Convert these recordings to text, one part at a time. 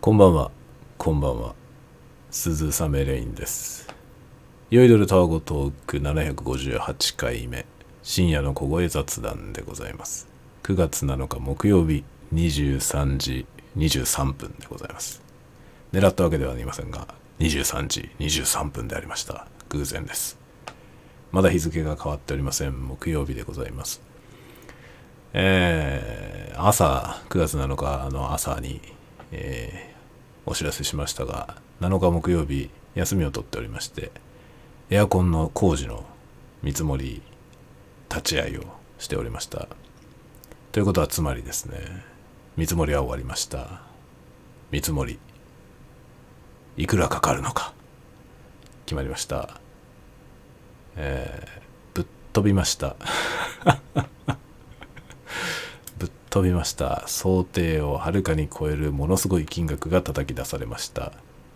こんばんは、こんばんは。鈴雨レインです。酔いどるタワゴトーク758回目、深夜の小声雑談でございます。9月7日木曜日23時23分でございます。狙ったわけではありませんが、23時23分でありました。偶然です。まだ日付が変わっておりません。木曜日でございます。朝、9月7日の朝に、お知らせしましたが、7日木曜日休みを取っておりまして、エアコンの工事の見積もり立ち会いをしておりました。ということはつまりですね、見積もりは終わりました。見積もりいくらかかるのか決まりました。ぶっ飛びましたぶっ飛びました。想定をはるかに超えるものすごい金額が叩き出されました。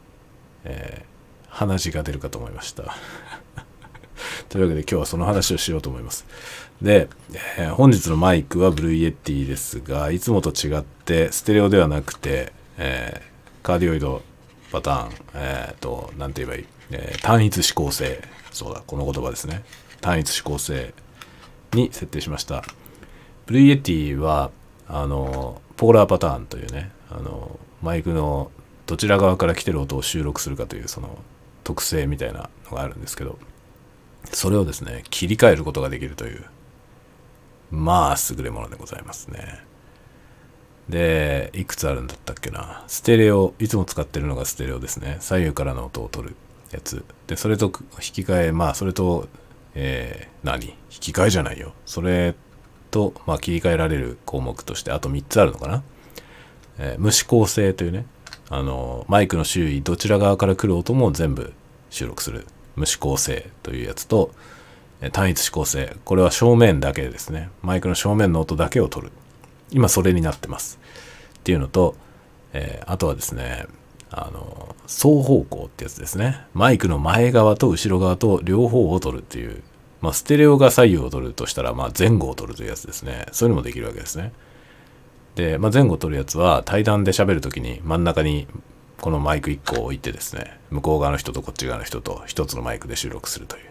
鼻血が出るかと思いましたというわけで今日はその話をしようと思います。で、本日のマイクはブルーイエティですが、いつもと違ってステレオではなくて、カーディオイドパターン、なんて言えばいい、単一指向性、そうだ、この言葉ですね。単一指向性に設定しました。ブルーイエティはポーラーパターンというね、マイクのどちら側から来てる音を収録するかというその特性みたいなのがあるんですけど、それをですね切り替えることができるという、まあ優れものでございますね。で、いくつあるんだったっけな。ステレオ、いつも使ってるのがステレオですね。左右からの音を取るやつで、それと引き換え、まあそれと、引き換えじゃないよ、それと、切り替えられる項目としてあと3つあるのかな。無指向性というね、マイクの周囲どちら側から来る音も全部収録する無指向性というやつと、単一指向性、これは正面だけですね。マイクの正面の音だけを取る。今それになってますっていうのと、あとはですね、双方向ってやつですね。マイクの前側と後ろ側と両方を取るっていう、ステレオが左右を取るとしたら、前後を取るというやつですね。そういうのもできるわけですね。で、前後を取るやつは対談で喋るときに真ん中にこのマイク1個を置いてですね、向こう側の人とこっち側の人と一つのマイクで収録するという、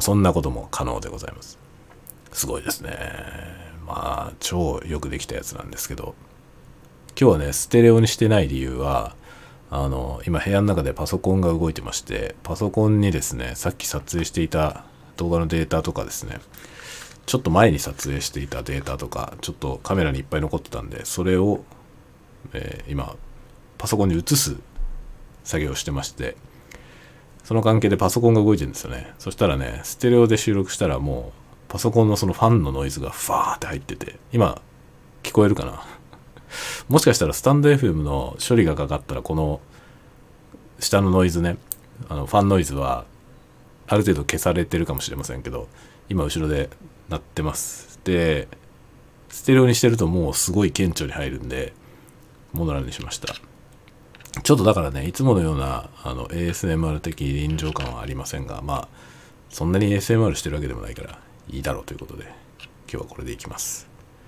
そんなことも可能でございます。すごいですね。超よくできたやつなんですけど、今日はねステレオにしてない理由は、今部屋の中でパソコンが動いてまして、パソコンにですねさっき撮影していた動画のデータとかですね、ちょっと前に撮影していたデータとかちょっとカメラにいっぱい残ってたんで、それを、今パソコンに移す作業をしてまして、その関係でパソコンが動いてるんですよね。そしたらね、ステレオで収録したらもうパソコンのそのファンのノイズがファーって入ってて、今聞こえるかなもしかしたらスタンド FM の処理がかかったらこの下のノイズね、ファンノイズはある程度消されてるかもしれませんけど、今後ろで鳴ってます。で、ステレオにしてるともうすごい顕著に入るんでモノラルにしました。ちょっとだからね、いつものようなASMR 的臨場感はありませんが、そんなに ASMR してるわけでもないからいいだろうということで、今日はこれでいきます。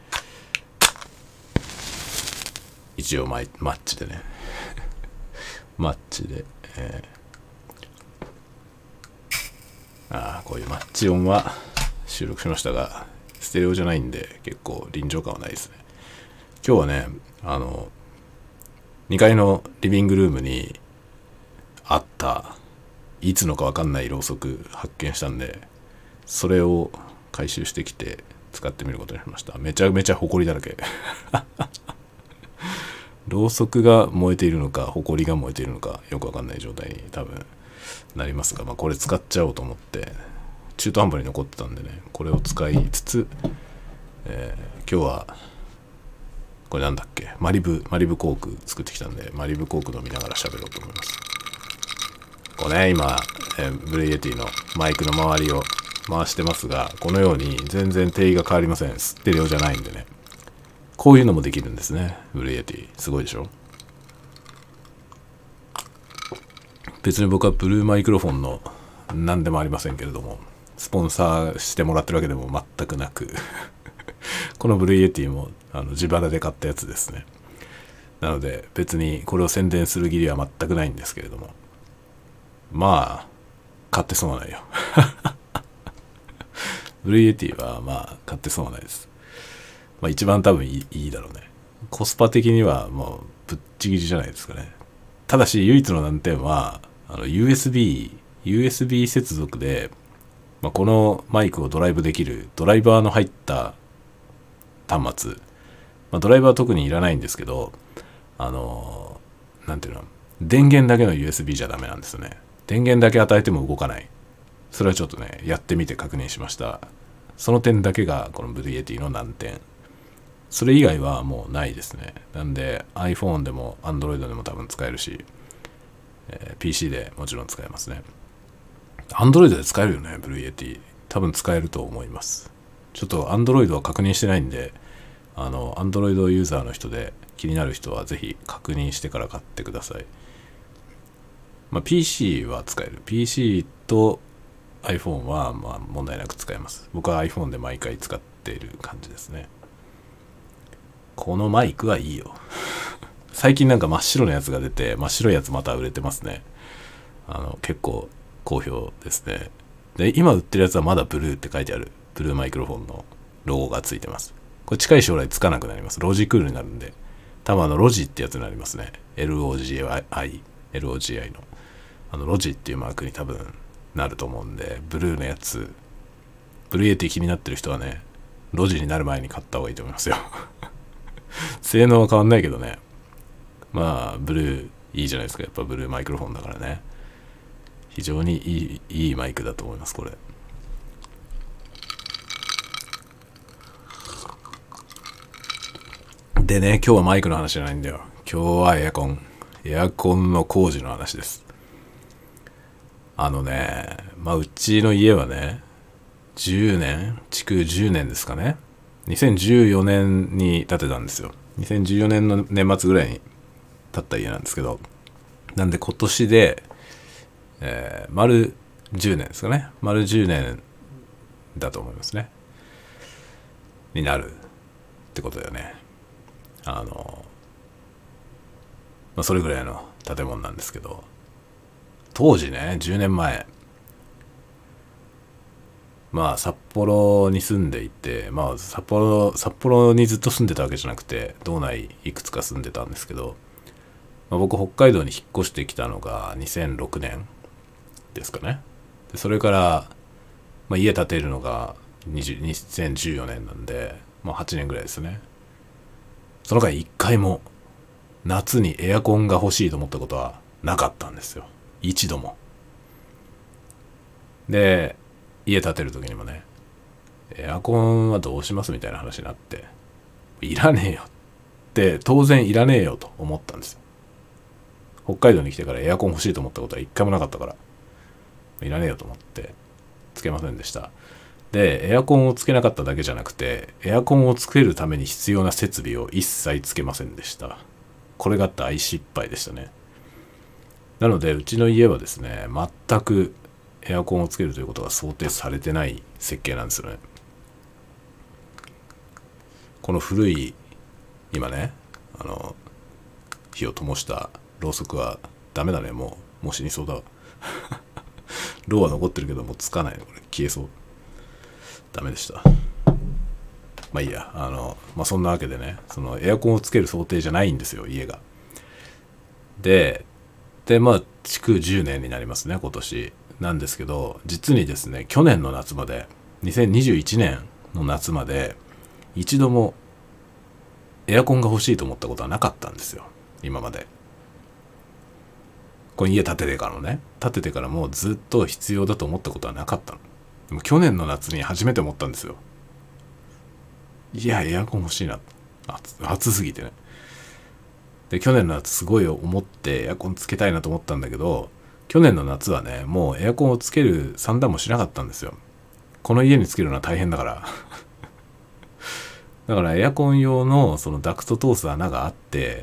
一応マッチでねマッチで、こういうマッチ音は収録しましたが、ステレオじゃないんで結構臨場感はないですね。今日はね、2階のリビングルームにあったいつのか分かんないろうそく発見したんで、それを回収してきて使ってみることにしました。めちゃめちゃホコリだらけろうそくが燃えているのかホコリが燃えているのかよく分かんない状態に多分なりますが、これ使っちゃおうと思って中途半端に残ってたんでね、これを使いつつ、今日はこれなんだっけ、マリブコーク作ってきたんで、マリブコーク飲みながら喋ろうと思います。これね、今、ブルーイエティのマイクの周りを回してますが、このように全然定義が変わりません。ステレオじゃないんでね、こういうのもできるんですね。ブルーイエティすごいでしょ。別に僕はブルーマイクロフォンの何でもありませんけれども、スポンサーしてもらってるわけでも全くなくこのブルーイエティも自腹で買ったやつですね。 なので別にこれを宣伝する義理は全くないんですけれども、まあ買って損はないよブルーイエティはまあ買って損はないです。まあ一番多分いいだろうね。コスパ的にはもうぶっちぎりじゃないですかね。ただし唯一の難点はUSB 接続で、まあ、このマイクをドライブできるドライバーの入った端末、まあ、ドライバーは特にいらないんですけど、なんていうの、電源だけの USB じゃダメなんですよね。電源だけ与えても動かない。それはちょっとね、やってみて確認しました。その点だけがこのブルーイエティの難点。それ以外はもうないですね。なんで iPhone でも Android でも多分使えるし、PC でもちろん使えますね。Android で使えるよね、ブルーイエティ。多分使えると思います。ちょっと Android は確認してないんで、Android ユーザーの人で気になる人はぜひ確認してから買ってください。まあ、PC は使える。PC と iPhone はまあ問題なく使えます。僕は iPhone で毎回使っている感じですね。このマイクはいいよ最近なんか真っ白のやつが出て、真っ白いやつまた売れてますね。結構好評ですね。で今売ってるやつはまだブルーって書いてあるブルーマイクロフォンのロゴがついてます。これ近い将来つかなくなります。ロジクールになるんで、多分ロジってやつになりますね。LOGI のロジっていうマークに多分なると思うんで、ブルーのやつ、ブルーイエティ気になってる人はね、ロジになる前に買った方がいいと思いますよ性能は変わんないけどね、まあブルーいいじゃないですか。やっぱブルーマイクロフォンだからね、非常にいいマイクだと思います。これでね、今日はマイクの話じゃないんだよ。今日はエアコンの工事の話です。まあうちの家はね、築10年ですかね。2014年に建てたんですよ。2014年の年末ぐらいに建った家なんですけど、なんで今年で、丸10年ですかね。丸10年だと思いますね。になるってことだよね。まあ、それぐらいの建物なんですけど、当時ね、10年前、まあ札幌に住んでいて、まあ札幌にずっと住んでたわけじゃなくて、道内いくつか住んでたんですけど、まあ、僕北海道に引っ越してきたのが2006年ですかね。でそれから、まあ、家建てるのが2014年なんで、まあ8年ぐらいですね。その間一回も夏にエアコンが欲しいと思ったことはなかったんですよ。一度も。で、家建てる時にもね、エアコンはどうしますみたいな話になって、いらねえよって、当然いらねえよと思ったんですよ。北海道に来てからエアコン欲しいと思ったことは一回もなかったから、いらねえよと思ってつけませんでした。で、エアコンをつけなかっただけじゃなくて、エアコンをつけるために必要な設備を一切つけませんでした。これが大失敗でしたね。なのでうちの家はですね、全くエアコンをつけるということが想定されてない設計なんですよね。この古い、今ね、火を灯したろうそくはダメだね。もう死にそうだわろうは残ってるけどもうつかないの。これ消えそう。ダメでした。まあいいや。まあそんなわけでね、そのエアコンをつける想定じゃないんですよ、家が。でまあ築10年になりますね、今年なんですけど、実にですね、去年の夏まで、2021年の夏まで一度もエアコンが欲しいと思ったことはなかったんですよ、今まで。これ家建ててからもうずっと必要だと思ったことはなかったの。でも去年の夏に初めて思ったんですよ。いや、エアコン欲しいな。暑すぎてね。で、去年の夏すごい思ってエアコンつけたいなと思ったんだけど、去年の夏はね、もうエアコンをつける算段もしなかったんですよ。この家につけるのは大変だからだからエアコン用のそのダクト通す穴があって、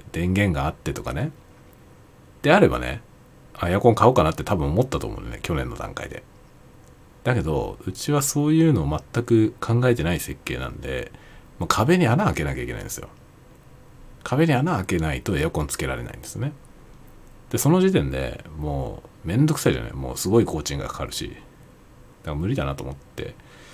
電源があってとかね。であればね、エアコン買おうかなって多分思ったと思うんだよね、去年の段階で。だけど、うちはそういうのを全く考えてない設計なんで、もう壁に穴開けなきゃいけないんですよ。 壁に穴開けないとエアコンつけられないんですね。でその時点でもうめんどくさいじゃない、もうすごい工賃がかかるし、だから無理だなと思って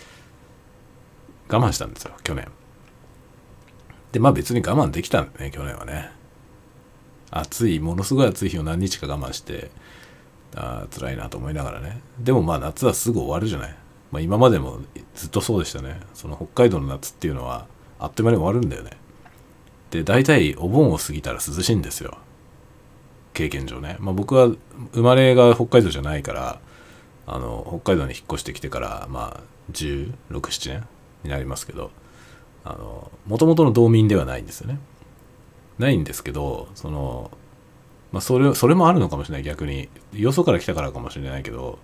我慢したんですよ去年。でまあ別に我慢できたんだね去年はね。ものすごい暑い日を何日か我慢して、辛いなと思いながらね。でもまあ夏はすぐ終わるじゃない。まあ今までもずっとそうでしたね。その北海道の夏っていうのはあっという間に終わるんだよね。で大体お盆を過ぎたら涼しいんですよ、経験上ね。まあ僕は生まれが北海道じゃないから、北海道に引っ越してきてからまあ16、7年になりますけど、もともとの道民ではないんですよね。ないんですけど、まあそれもあるのかもしれない。逆によそから来たからかもしれないけど、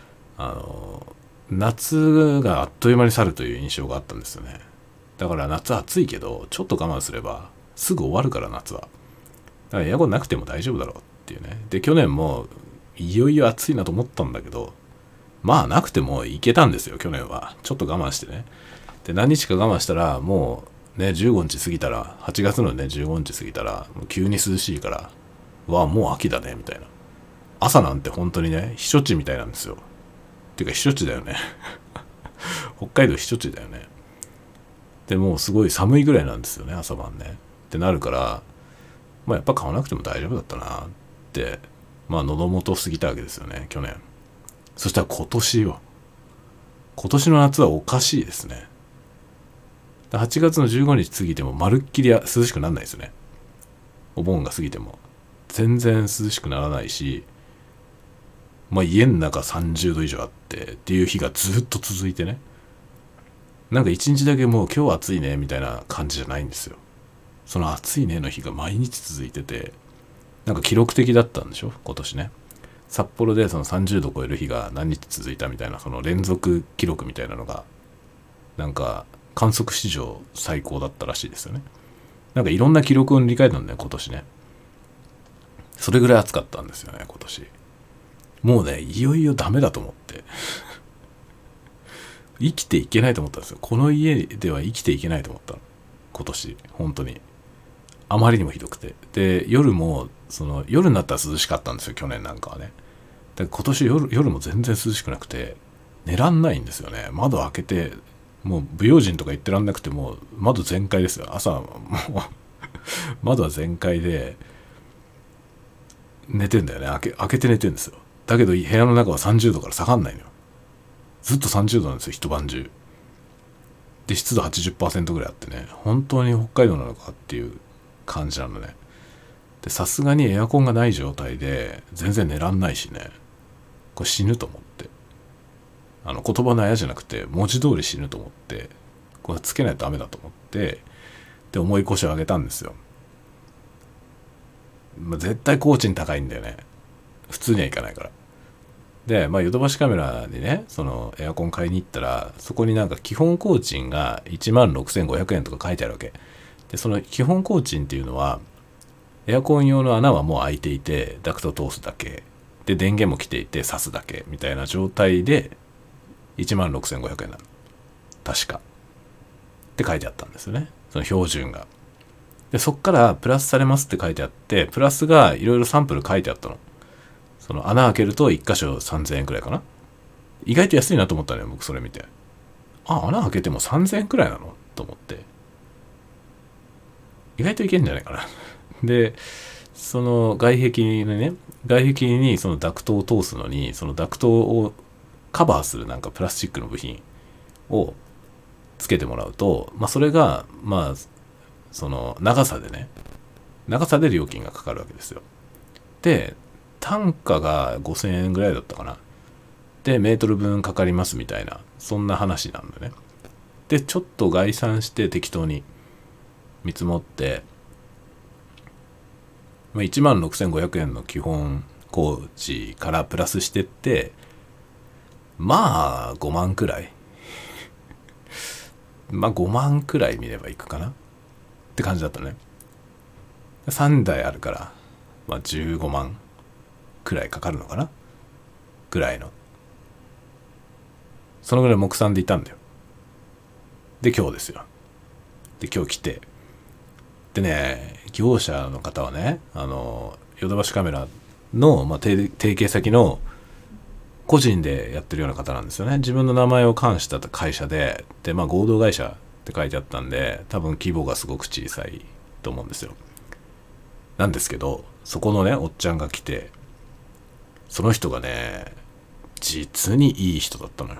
夏があっという間に去るという印象があったんですよね。だから夏暑いけどちょっと我慢すればすぐ終わるから、夏は。だからエアコンなくても大丈夫だろうっていうね。で去年もいよいよ暑いなと思ったんだけど、まあなくてもいけたんですよ去年は。ちょっと我慢してね。で何日か我慢したらもうね、15日過ぎたら、8月のね15日過ぎたらもう急に涼しいから、もう秋だねみたいな。朝なんて本当にね避暑地みたいなんですよ。っていうか避暑地だよね。北海道避暑地だよね。でもうすごい寒いぐらいなんですよね、朝晩ね。ってなるから、まあやっぱ買わなくても大丈夫だったなって、まあ喉元過ぎたわけですよね去年。そしたら今年の夏はおかしいですね。8月の15日過ぎてもまるっきり涼しくならないですね。お盆が過ぎても全然涼しくならないし、まあ家の中30度以上あってっていう日がずっと続いてね。なんか一日だけもう今日暑いねみたいな感じじゃないんですよ。その暑いねの日が毎日続いてて、なんか記録的だったんでしょ今年ね。札幌でその30度超える日が何日続いたみたいな、その連続記録みたいなのがなんか観測史上最高だったらしいですよね。なんかいろんな記録を塗り替えたんだよ今年ね。それぐらい暑かったんですよね今年。もうねいよいよダメだと思って生きていけないと思ったんですよ。この家では生きていけないと思ったの今年。本当にあまりにもひどくて。で夜も夜になったら涼しかったんですよ去年なんかはね。で今年夜も全然涼しくなくて寝らんないんですよね。窓開けてもう不用心とか言ってらんなくて、もう窓全開ですよ朝。もう窓は全開で寝てんだよね。開けて寝てんですよ。だけど部屋の中は30度から下がんないのよ。ずっと30度なんですよ一晩中で。湿度 80% ぐらいあってね、本当に北海道なのかっていう感じなのね。でさすがにエアコンがない状態で全然寝らんないしね、これ死ぬと思って、言葉のあやじゃなくて文字通り死ぬと思って、これつけないとダメだと思って、で重い腰を上げたんですよ。まあ、絶対工賃高いんだよね、普通にはいかないから。でまあヨドバシカメラにねそのエアコン買いに行ったら、そこになんか基本工賃が16,500円とか書いてあるわけで。その基本工賃っていうのはエアコン用の穴はもう開いていてダクト通すだけで、電源も来ていて挿すだけみたいな状態で16,500円なの確かって書いてあったんですよね、その標準が。でそっからプラスされますって書いてあって、プラスがいろいろサンプル書いてあったの。その穴開けると1箇所3,000円くらいかな。意外と安いなと思ったのよ僕それ見て。穴開けても3,000円くらいなのと思って、意外といけんじゃないかな。でその外壁にそのダクトを通すのに、そのダクトをカバーするなんかプラスチックの部品をつけてもらうと、まあそれがまあその長さで料金がかかるわけですよ。で単価が5,000円ぐらいだったかな。でメートル分かかりますみたいな、そんな話なんだよね。でちょっと概算して適当に見積もって、16,500円の基本工事からプラスしてって、まあ5万くらいまあ5万くらい見ればいくかなって感じだったね。3台あるから、まあ15万くらいかかるのかなぐらいの、そのぐらい目算でいたんだよ。で今日ですよ。で今日来て、 でね、業者の方はね、ヨドバシカメラの、提携先の個人でやってるような方なんですよね。自分の名前を冠した会社で、合同会社って書いてあったんで、多分規模がすごく小さいと思うんですよ。なんですけど、そこのね、おっちゃんが来て、その人がね、実にいい人だったのよ。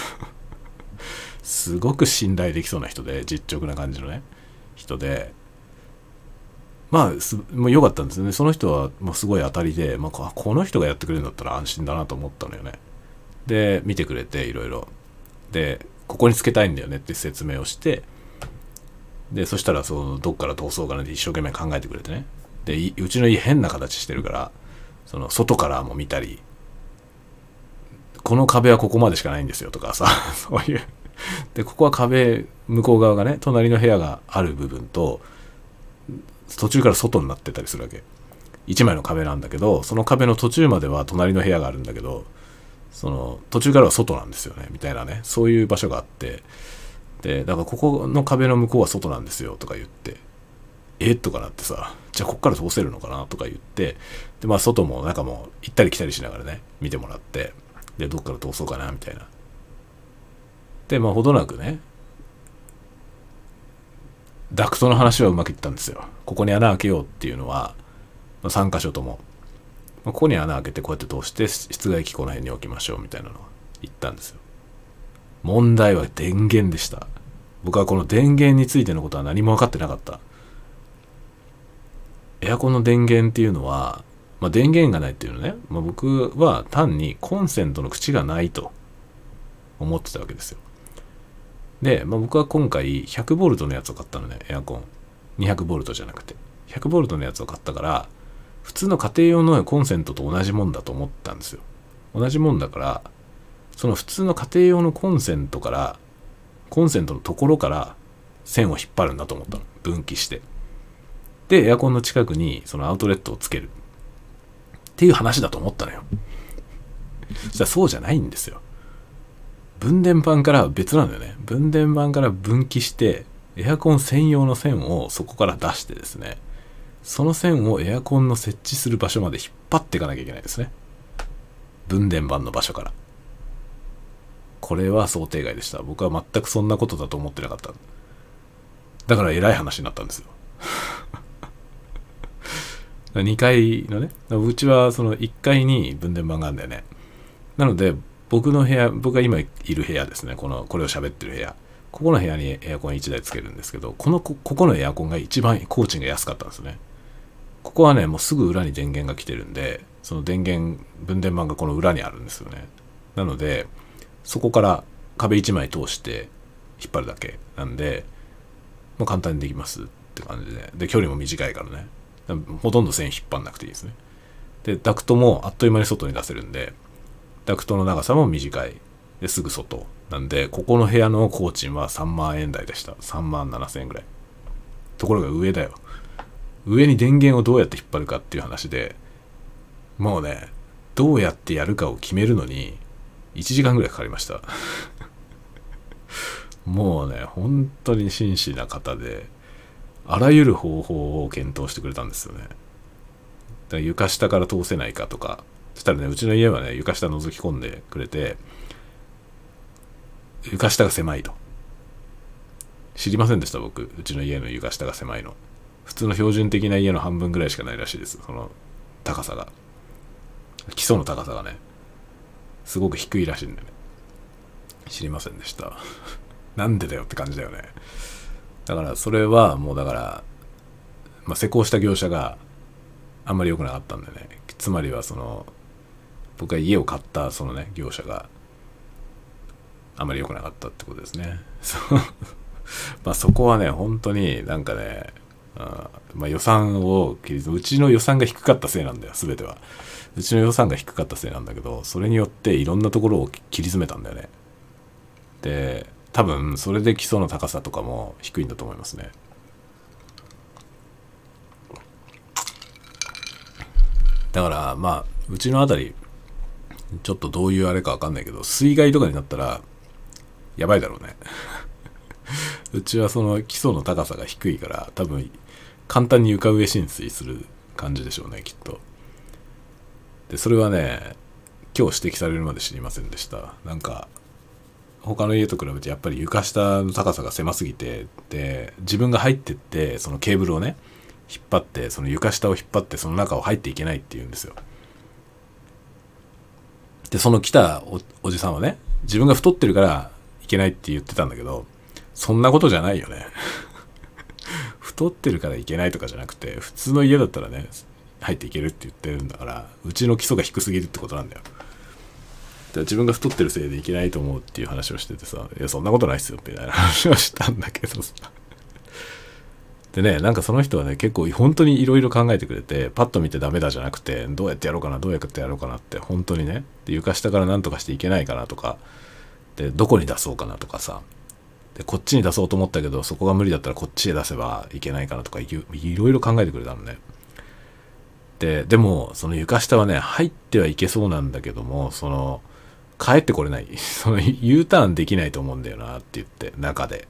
すごく信頼できそうな人で、実直な感じのね、人で、もう良かったんですよね。その人はもうすごい当たりで、この人がやってくれるんだったら安心だなと思ったのよね。で、見てくれていろいろ。で、ここにつけたいんだよねって説明をして、で、そしたらどっから通そうかなって一生懸命考えてくれてね。で、うちの家変な形してるから、外からも見たり、この壁はここまでしかないんですよとかさ、そういう。で、ここは壁、向こう側がね、隣の部屋がある部分と、途中から外になってたりするわけ。一枚の壁なんだけど、その壁の途中までは隣の部屋があるんだけど、途中からは外なんですよね、みたいなね、そういう場所があって、で、だからここの壁の向こうは外なんですよとか言って、とかなってさ、じゃあこっから通せるのかなとか言って、で、外も中も行ったり来たりしながらね、見てもらって、で、どっから通そうかな、みたいな。で、ほどなくね、ダクトの話はうまくいったんですよ。ここに穴開けようっていうのは、3箇所とも、ここに穴開けてこうやって通して室外機この辺に置きましょうみたいなのを言ったんですよ。問題は電源でした。僕はこの電源についてのことは何も分かってなかった。エアコンの電源っていうのは、電源がないっていうのね、僕は単にコンセントの口がないと思ってたわけですよ。で、僕は今回100ボルトのやつを買ったのね、エアコン。200ボルトじゃなくて。100ボルトのやつを買ったから、普通の家庭用のコンセントと同じもんだと思ったんですよ。同じもんだから、その普通の家庭用のコンセントのところから線を引っ張るんだと思ったの。分岐して。で、エアコンの近くにそのアウトレットをつける。っていう話だと思ったのよ。そしたらそうじゃないんですよ。分電盤から別なんだよね。分電盤から分岐して、エアコン専用の線をそこから出してですね、その線をエアコンの設置する場所まで引っ張っていかなきゃいけないですね。分電盤の場所から。これは想定外でした。僕は全くそんなことだと思ってなかった。だから偉い話になったんですよ。2階のね、うちはその1階に分電盤があるんだよね。なので、僕が今いる部屋ですね。これを喋ってる部屋。ここの部屋にエアコン1台つけるんですけど、ここのエアコンが一番工賃が安かったんですね。ここはね、もうすぐ裏に電源が来てるんで、その分電盤がこの裏にあるんですよね。なので、そこから壁1枚通して引っ張るだけなんで、もう簡単にできますって感じで。で、距離も短いからね。ほとんど線引っ張んなくていいですね。で、ダクトもあっという間に外に出せるんで、ダクトの長さも短い。ですぐ外。なんで、ここの部屋の工賃は3万円台でした。3万7千円ぐらい。ところが上だよ。上に電源をどうやって引っ張るかっていう話で、もうね、どうやってやるかを決めるのに、1時間ぐらいかかりました。もうね、本当に真摯な方で、あらゆる方法を検討してくれたんですよね。だから床下から通せないかとか、そしたらね、うちの家はね、床下覗き込んでくれて、床下が狭いと。知りませんでした、僕。うちの家の床下が狭いの。普通の標準的な家の半分ぐらいしかないらしいです。その高さが。基礎の高さがね、すごく低いらしいんでね。知りませんでした。なんでだよって感じだよね。だからそれはもうだから、施工した業者があんまり良くなかったんでね。つまりは僕が家を買ったそのね、業者があんまり良くなかったってことですね。そこはね、本当になんかね、予算をうちの予算が低かったせいなんだよ、全ては。うちの予算が低かったせいなんだけど、それによっていろんなところを切り詰めたんだよね。で、多分それで基礎の高さとかも低いんだと思いますね。だからうちのあたりちょっとどういうあれかわかんないけど、水害とかになったらやばいだろうね。うちはその基礎の高さが低いから、多分簡単に床上浸水する感じでしょうね、きっと。でそれはね、今日指摘されるまで知りませんでした。なんか他の家と比べてやっぱり床下の高さが狭すぎて、で自分が入ってってそのケーブルをね引っ張って、その床下を引っ張ってその中を入っていけないっていうんですよ。でその来た おじさんはね、自分が太ってるからいけないって言ってたんだけど、そんなことじゃないよね。太ってるからいけないとかじゃなくて、普通の家だったらね入っていけるって言ってるんだから、うちの基礎が低すぎるってことなんだよ。で自分が太ってるせいでいけないと思うっていう話をしててさ、いやそんなことないっすよみたいな話をしたんだけどさ。でね、なんかその人はね結構本当にいろいろ考えてくれて、パッと見てダメだじゃなくて、どうやってやろうかなどうやってやろうかなって本当にね、で床下から何とかしていけないかなとか、でどこに出そうかなとかさ、でこっちに出そうと思ったけどそこが無理だったらこっちへ出せばいけないかなとか、いろいろ考えてくれたのね。でもその床下はね入ってはいけそうなんだけども、その帰ってこれない、その U ターンできないと思うんだよなって言って、中で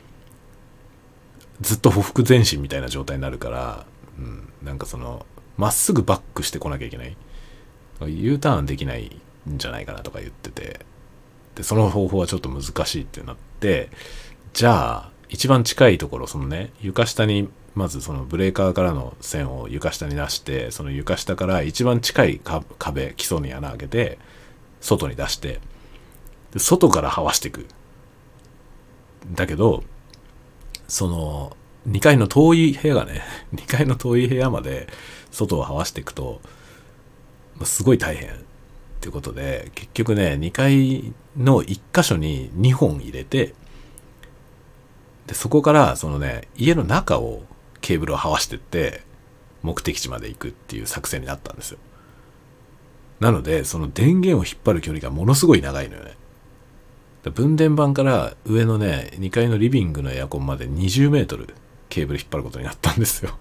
ずっと匍匐前進みたいな状態になるから、なんかそのまっすぐバックしてこなきゃいけない、 U ターンできないんじゃないかなとか言ってて、でその方法はちょっと難しいってなって、じゃあ一番近いところ、そのね床下にまずそのブレーカーからの線を床下に出して、その床下から一番近い壁、基礎に穴開けて外に出して、で外から這わしていく。だけどその2階の遠い部屋がね2階の遠い部屋まで外を這わしていくと、すごい大変っていうことで、結局ね2階の1箇所に2本入れて、でそこからそのね家の中をケーブルを這わしてって目的地まで行くっていう作戦になったんですよ。なのでその電源を引っ張る距離がものすごい長いのよね。分電盤から上のね2階のリビングのエアコンまで20メートルケーブル引っ張ることになったんですよ。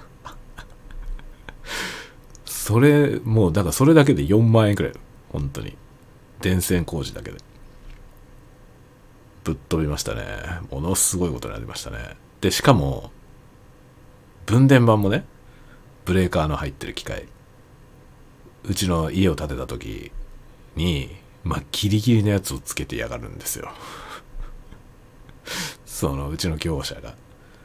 それもうだからそれだけで4万円くらい、本当に電線工事だけでぶっ飛びましたね。ものすごいことになりましたね。でしかも分電盤もねブレーカーの入ってる機械、うちの家を建てた時にギリギリのやつをつけてやがるんですよ。そのうちの業者が。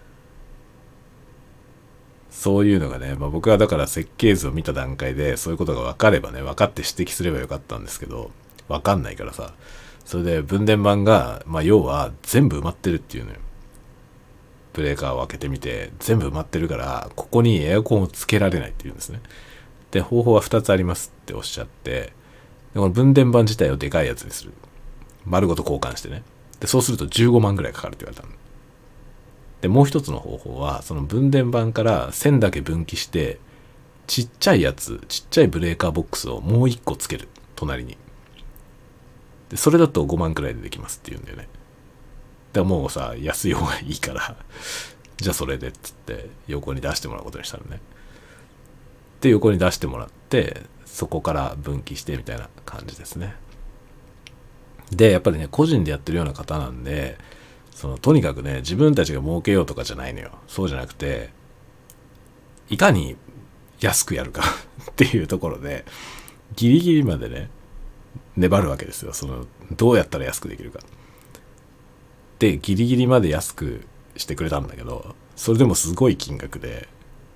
そういうのがね、僕はだから設計図を見た段階でそういうことが分かればね、分かって指摘すればよかったんですけど、分かんないからさ、それで分電盤が要は全部埋まってるっていうのよ。ブレーカーを開けてみて全部埋まってるから、ここにエアコンをつけられないっていうんですね。で方法は2つありますっておっしゃって、でこの分電盤自体をでかいやつにする、丸ごと交換してね、でそうすると15万ぐらいかかるって言われたので、もう一つの方法はその分電盤から線だけ分岐して、ちっちゃいやつ、ちっちゃいブレーカーボックスをもう1個つける、隣に。でそれだと5万くらいでできますって言うんだよね。だからもうさ、安い方がいいからじゃあそれでっつって横に出してもらうことにしたのね。で横に出してもらって、そこから分岐してみたいな感じですね。でやっぱりね個人でやってるような方なんで、とにかくね自分たちが儲けようとかじゃないのよ。そうじゃなくて、いかに安くやるかっていうところでギリギリまでね粘るわけですよ。どうやったら安くできるかで、ギリギリまで安くしてくれたんだけど、それでもすごい金額で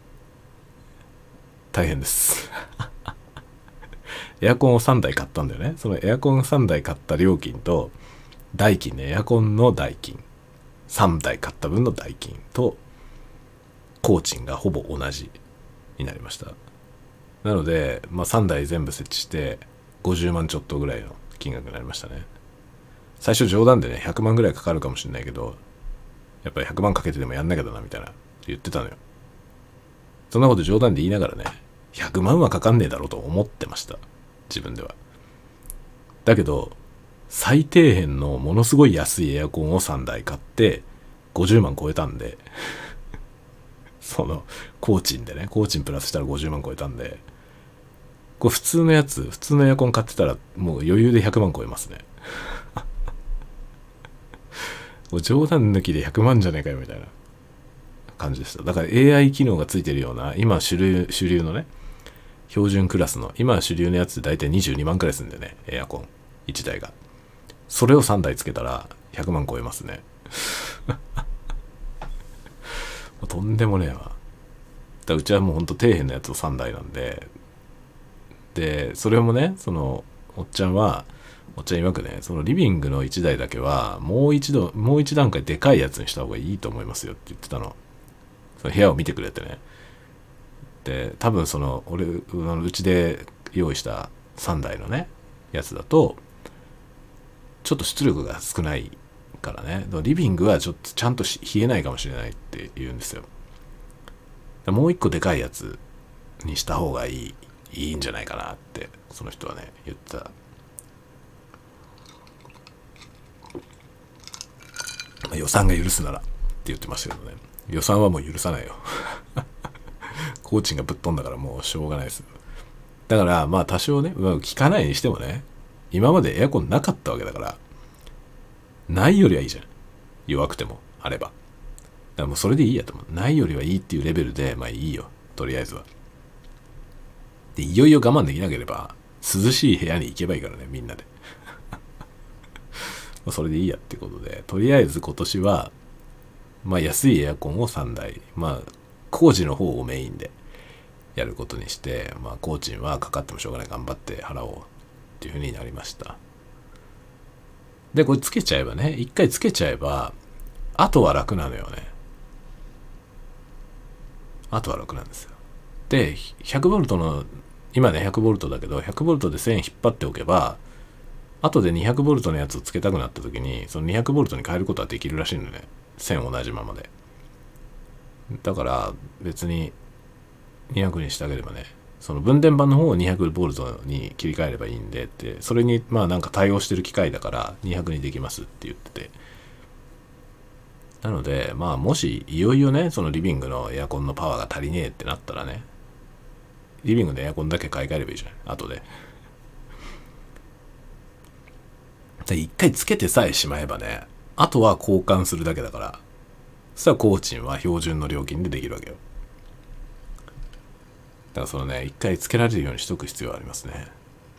大変ですエアコンを3台買ったんだよね。そのエアコン3台買った料金と代金ね、エアコンの代金、3台買った分の代金と工賃がほぼ同じになりました。なので、3台全部設置して50万ちょっとぐらいの金額になりましたね。最初冗談でね100万ぐらいかかるかもしれないけど、やっぱり100万かけてでもやんなきゃだなみたいな言ってたのよ。そんなこと冗談で言いながらね、100万はかかんねえだろうと思ってました、自分では。だけど最底辺のものすごい安いエアコンを3台買って50万超えたんでその工賃でね、工賃プラスしたら50万超えたんで、これ普通のやつ、普通のエアコン買ってたらもう余裕で100万超えますねもう冗談抜きで100万じゃねえかよみたいな感じでした。だから AI 機能がついてるような今主流のね標準クラスの今主流のやつで大体22万くらいするんだよね、エアコン1台が。それを3台つけたら100万超えますね。とんでもねえわ。だうちはもうほんと底辺のやつを3台なんで、でそれもね、そのおっちゃん曰くね、そのリビングの1台だけはもう一段階でかいやつにした方がいいと思いますよって言ってたの。その部屋を見てくれてね。で多分そのうちで用意した3台のねやつだとちょっと出力が少ないからね、リビングはちょっとちゃんと冷えないかもしれないって言うんですよ。もう一個でかいやつにした方がいいんじゃないかなってその人はね言ってた。予算が許すならって言ってましたけどね。予算はもう許さないよ。工賃がぶっ飛んだからもうしょうがないです。だからまあ多少ね、聞かないにしてもね、今までエアコンなかったわけだから、ないよりはいいじゃん。弱くてもあれば。だからもうそれでいいやと思う。ないよりはいいっていうレベルで、まあいいよ。とりあえずは。で、いよいよ我慢できなければ、涼しい部屋に行けばいいからね、みんなで。それでいいやってことで、とりあえず今年は、まあ安いエアコンを3台、まあ工事の方をメインでやることにして、まあ工賃はかかってもしょうがない、頑張って払おうっていうふうになりました。で、これつけちゃえばね、一回つけちゃえば、あとは楽なのよね。あとは楽なんですよ。で、100V の、今ね 100V だけど、100V で線引っ張っておけば、後で 200V のやつをつけたくなった時に、その 200V に変えることはできるらしいのね。線同じままで。だから別に200にしてあげればね、その分電盤の方を 200V に切り替えればいいんでって、それにまあなんか対応してる機械だから200にできますって言ってて。なのでまあもしいよいよね、そのリビングのエアコンのパワーが足りねえってなったらね、リビングのエアコンだけ買い替えればいいじゃん、後で。一回つけてさえしまえばね、あとは交換するだけだから、そしたら工賃は標準の料金でできるわけよ。だからそのね、一回つけられるようにしとく必要はありますね。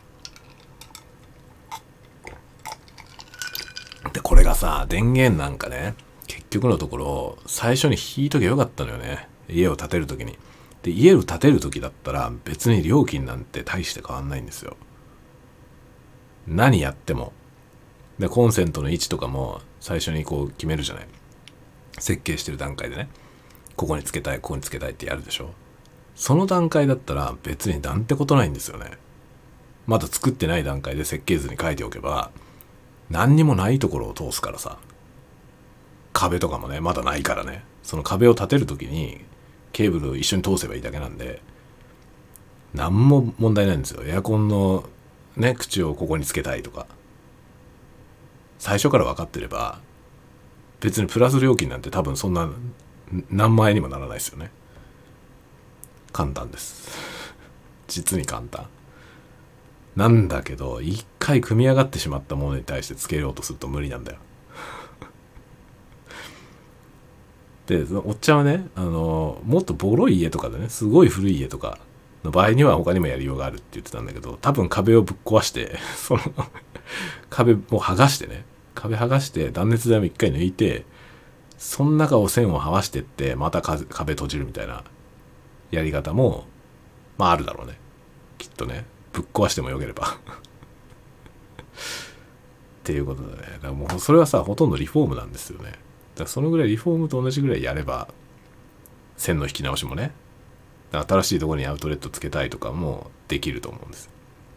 で、これがさ、電源なんかね、結局のところ、最初に引いときゃよかったのよね。家を建てるときに。で、家を建てるときだったら、別に料金なんて大して変わんないんですよ。何やっても。で、コンセントの位置とかも最初にこう決めるじゃない。設計してる段階でね。ここにつけたい、ここにつけたいってやるでしょ。その段階だったら別になんてことないんですよね。まだ作ってない段階で設計図に書いておけば、何にもないところを通すからさ。壁とかもね、まだないからね。その壁を立てるときにケーブルを一緒に通せばいいだけなんで、何も問題ないんですよ。エアコンのね、口をここにつけたいとか。最初から分かってれば、別にプラス料金なんて多分そんな何万円にもならないですよね。簡単です。実に簡単。なんだけど、一回組み上がってしまったものに対してつけようとすると無理なんだよ。で、おっちゃんはね、もっとボロい家とかでね、すごい古い家とかの場合には他にもやりようがあるって言ってたんだけど、多分壁をぶっ壊して、その壁を剥がしてね、壁剥がして断熱材も一回抜いて、その中を線を這わしてって、また壁閉じるみたいなやり方も、まああるだろうね。きっとね。ぶっ壊してもよければ。っていうことだね。だからもうそれはさ、ほとんどリフォームなんですよね。だからそのぐらいリフォームと同じぐらいやれば、線の引き直しもね、新しいところにアウトレットつけたいとかもできると思うんです。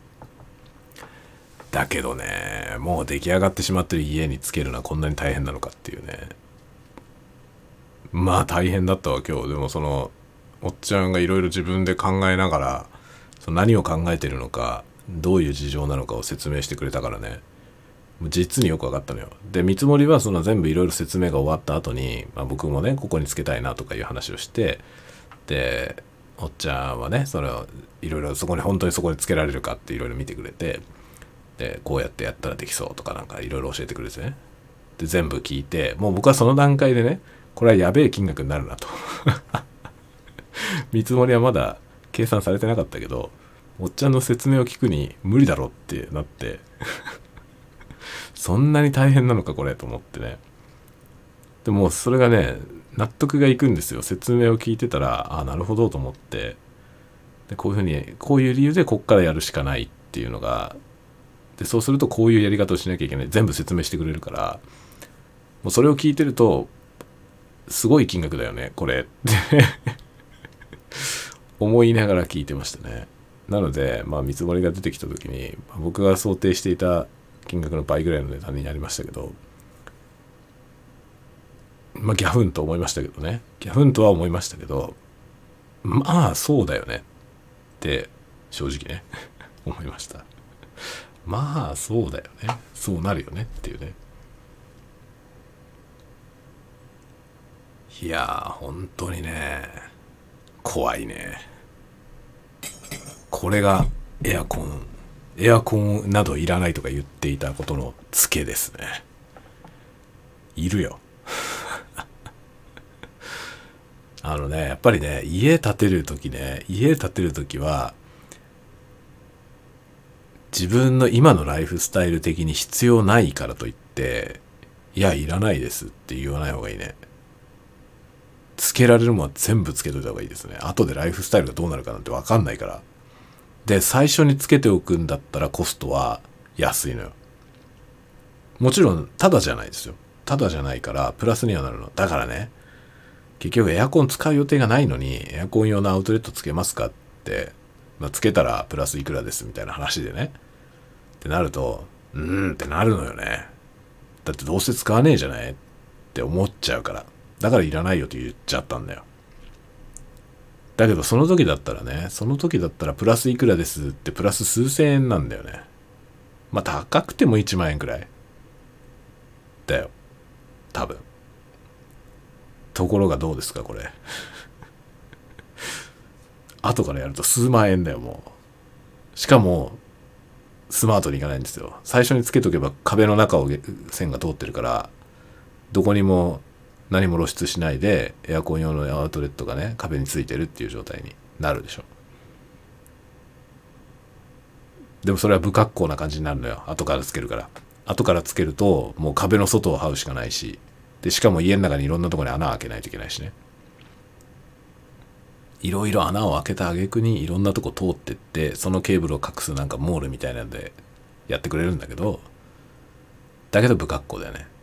だけどね、もう出来上がってしまってる家につけるのはこんなに大変なのかっていうね。まあ大変だったわ今日。でもそのおっちゃんがいろいろ自分で考えながら、その何を考えてるのか、どういう事情なのかを説明してくれたからね、実によく分かったのよ。で、見積もりはその全部いろいろ説明が終わった後に、まあ、僕もねここにつけたいなとかいう話をして、でおっちゃんはねそれをいろいろ本当にそこにつけられるかっていろいろ見てくれて、でこうやってやったらできそうとかなんかいろいろ教えてくれてね。で全部聞いて、もう僕はその段階でね、 これはやべえ金額になるなと見積もりはまだ計算されてなかったけど、おっちゃんの説明を聞くに無理だろってなってそんなに大変なのかこれと思ってね。でもそれがね納得がいくんですよ。説明を聞いてたら、あ、なるほどと思って、でこういうふうにこういう理由でこっからやるしかないっていうのが、でそうするとこういうやり方をしなきゃいけない、全部説明してくれるから、もうそれを聞いてるとすごい金額だよねこれって思いながら聞いてましたね。なので見積もりが出てきた時に、僕が想定していた金額の倍ぐらいの値段になりましたけど、ギャフンと思いましたけどね。ギャフンとは思いましたけど、まあそうだよねって正直ね思いました。まあそうだよね、そうなるよねっていうね。いやー本当にね怖いね。これがエアコンなどいらないとか言っていたことのツケですね。いるよやっぱりね、家建てるときは自分の今のライフスタイル的に必要ないからといって、いやいらないですって言わない方がいいね。つけられるものは全部つけといた方がいいですね。後でライフスタイルがどうなるかなんて分かんないから。で最初につけておくんだったらコストは安いのよ。もちろんタダじゃないですよ。タダじゃないからプラスにはなるの。だからね、結局エアコン使う予定がないのにエアコン用のアウトレットつけますかって、つけたらプラスいくらですみたいな話でねってなると、ってなるのよね。だってどうせ使わねえじゃないって思っちゃうから。だからいらないよって言っちゃったんだよ。だけどその時だったらプラスいくらですってプラス数千円なんだよね。高くても1万円くらいだよ多分。ところがどうですかこれ後からやると数万円だよもう。しかもスマートにいかないんですよ。最初につけとけば壁の中を線が通ってるから、どこにも何も露出しないでエアコン用のアウトレットがね壁についてるっていう状態になるでしょ。でもそれは不格好な感じになるのよ、後からつけるから。後からつけるともう壁の外を這うしかないし、でしかも家の中にいろんなところに穴を開けないといけないしね。いろいろ穴を開けた挙句にいろんなとこ通ってって、そのケーブルを隠すなんかモールみたいなんでやってくれるんだけど、だけど不格好だよね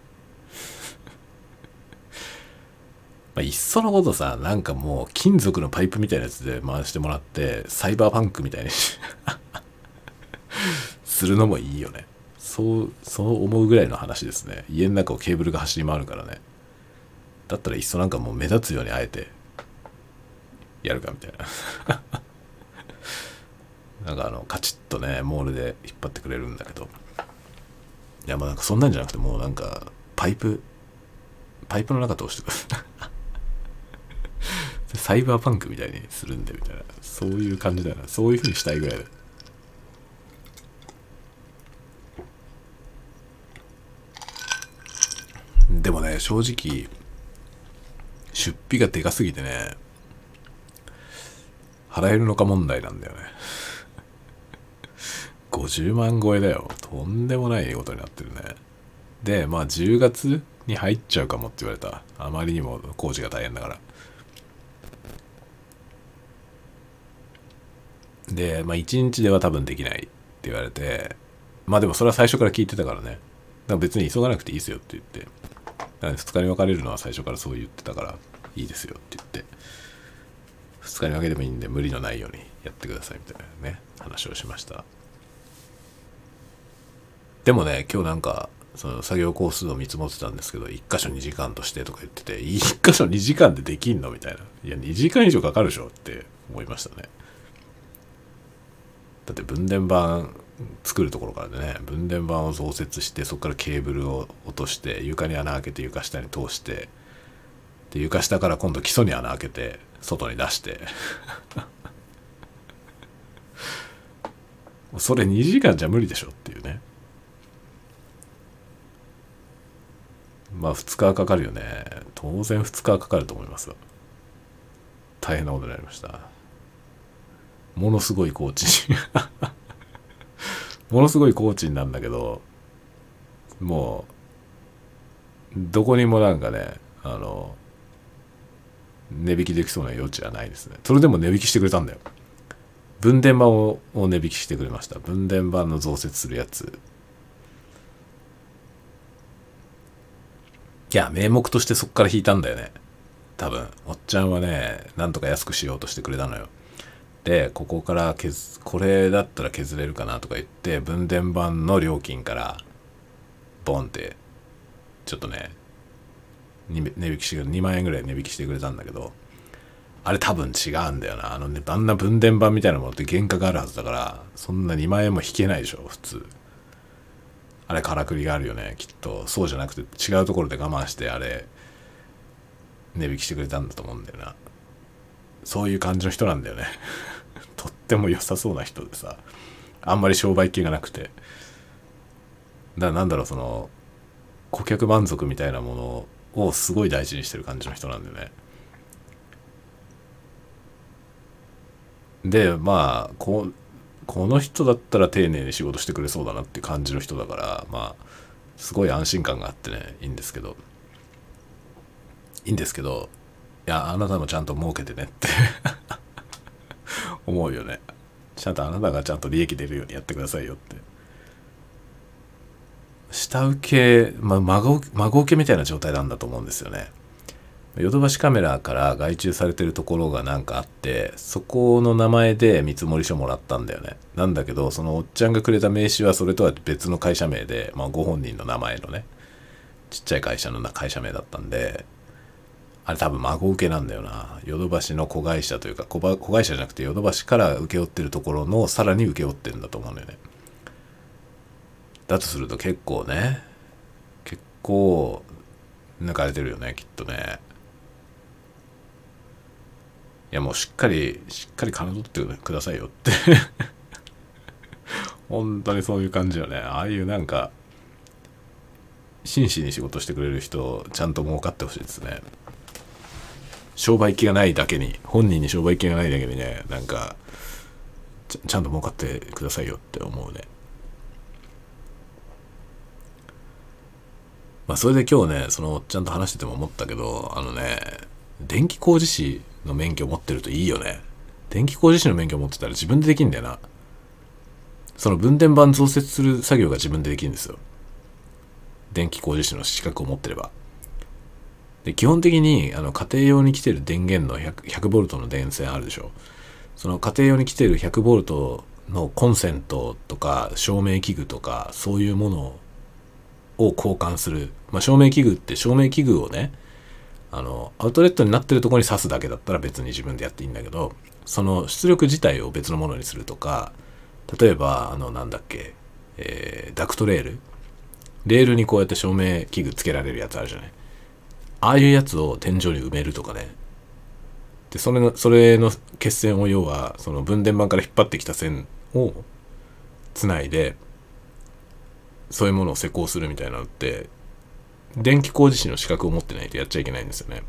いっそのことさ、なんかもう金属のパイプみたいなやつで回してもらってサイバーパンクみたいにするのもいいよね。そう思うぐらいの話ですね。家の中をケーブルが走り回るからね。だったらいっそなんかもう目立つようにあえてやるかみたいななんかカチッとねモールで引っ張ってくれるんだけど、いやなんかそんなんじゃなくて、もうなんかパイプの中通してくるサイバーパンクみたいにするんでみたいな、そういう感じだよな。そういう風にしたいぐらいだ。でもね正直出費がでかすぎてね払えるのか問題なんだよね50万超えだよ。とんでもないことになってるね。で10月に入っちゃうかもって言われた。あまりにも工事が大変だから。で1日では多分できないって言われて、でもそれは最初から聞いてたからね。だから別に急がなくていいですよって言って、だから2日に分かれるのは最初からそう言ってたからいいですよって言って、2日に分けてもいいんで無理のないようにやってくださいみたいなね話をしました。でもね今日なんかその作業工数を見積もってたんですけど、1箇所2時間としてとか言ってて、1箇所2時間でできんのみたいな。いや2時間以上かかるでしょって思いましたね。だって分電盤作るところからでね、分電盤を増設して、そこからケーブルを落として床に穴開けて床下に通して、で床下から今度基礎に穴開けて外に出してそれ2時間じゃ無理でしょっていうね。 まあ2日かかるよね。当然2日かかると思います。大変なことになりました。ものすごい工賃ものすごい工賃なんだけど、もうどこにもなんかね、値引きできそうな余地はないですね。それでも値引きしてくれたんだよ。分電盤を値引きしてくれました。分電盤の増設するやつ。いや、名目としてそっから引いたんだよね。多分。おっちゃんはね、なんとか安くしようとしてくれたのよ。で、ここからこれだったら削れるかなとか言って、分電盤の料金からボンってちょっとね値引きしてくれ、2万円ぐらい値引きしてくれたんだけど、あれ多分違うんだよな。あんな分電盤みたいなものって原価があるはずだから、そんな2万円も引けないでしょ普通。あれからくりがあるよねきっと。そうじゃなくて違うところで我慢してあれ値引きしてくれたんだと思うんだよな。そういう感じの人なんだよねとっても良さそうな人でさ、あんまり商売気がなくて、なんだろう、その顧客満足みたいなものをすごい大事にしてる感じの人なんでね。でまあこの人だったら丁寧に仕事してくれそうだなって感じの人だから、まあすごい安心感があってね、いいんですけど、いやあなたもちゃんと儲けてねって思うよね。ちゃんとあなたがちゃんと利益出るようにやってくださいよって。下請け、孫請けみたいな状態なんだと思うんですよね。ヨドバシカメラから外注されてるところがなんかあって、そこの名前で見積書もらったんだよね。なんだけど、そのおっちゃんがくれた名刺はそれとは別の会社名で、ご本人の名前のね、ちっちゃい会社の会社名だったんで、あれ多分孫請けなんだよな。ヨドバシの子会社というか、子会社じゃなくてヨドバシから請け負ってるところのさらに請け負ってるんだと思うんだよね。だとすると結構抜かれてるよね、きっとね。いやもうしっかり金取ってくださいよって本当にそういう感じよね。ああいうなんか真摯に仕事してくれる人、ちゃんと儲かってほしいですね。商売気がないだけに、本人に商売気がないだけにね、なんかちゃんと儲かってくださいよって思うね。それで今日ね、そのおっちゃんと話してても思ったけど、電気工事士の免許持ってるといいよね。電気工事士の免許持ってたら自分でできんだよな。その分電盤増設する作業が自分でできるんですよ。電気工事士の資格を持ってれば。で、基本的に家庭用に来てる電源の100ボルトの電線あるでしょ。その家庭用に来てる100ボルトのコンセントとか照明器具とかそういうものを交換する。照明器具って照明器具をね、アウトレットになってるところに挿すだけだったら別に自分でやっていいんだけど、その出力自体を別のものにするとか、例えばなんだっけ、ダクトレールにこうやって照明器具つけられるやつあるじゃない。ああいうやつを天井に埋めるとかね。でそれの血線を要はその分電盤から引っ張ってきた線をつないでそういうものを施工するみたいなのって電気工事士の資格を持ってないとやっちゃいけないんですよね。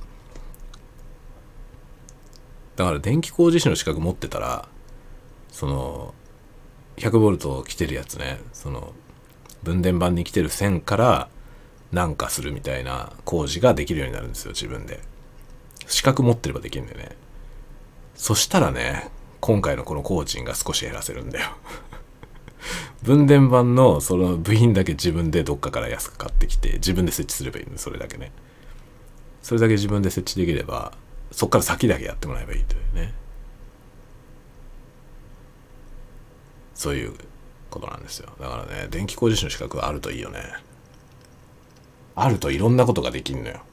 だから電気工事士の資格持ってたらその100ボルト来てるやつね、その分電盤に来てる線からなんかするみたいな工事ができるようになるんですよ、自分で。資格持ってればできるんだよね。そしたらね、今回のこの工賃が少し減らせるんだよ分電盤のその部品だけ自分でどっかから安く買ってきて自分で設置すればいいの。それだけね。それだけ自分で設置できれば、そっから先だけやってもらえばいいというね。そういうことなんですよ。だからね、電気工事士の資格はあるといいよね。あるといろんなことができんのよ。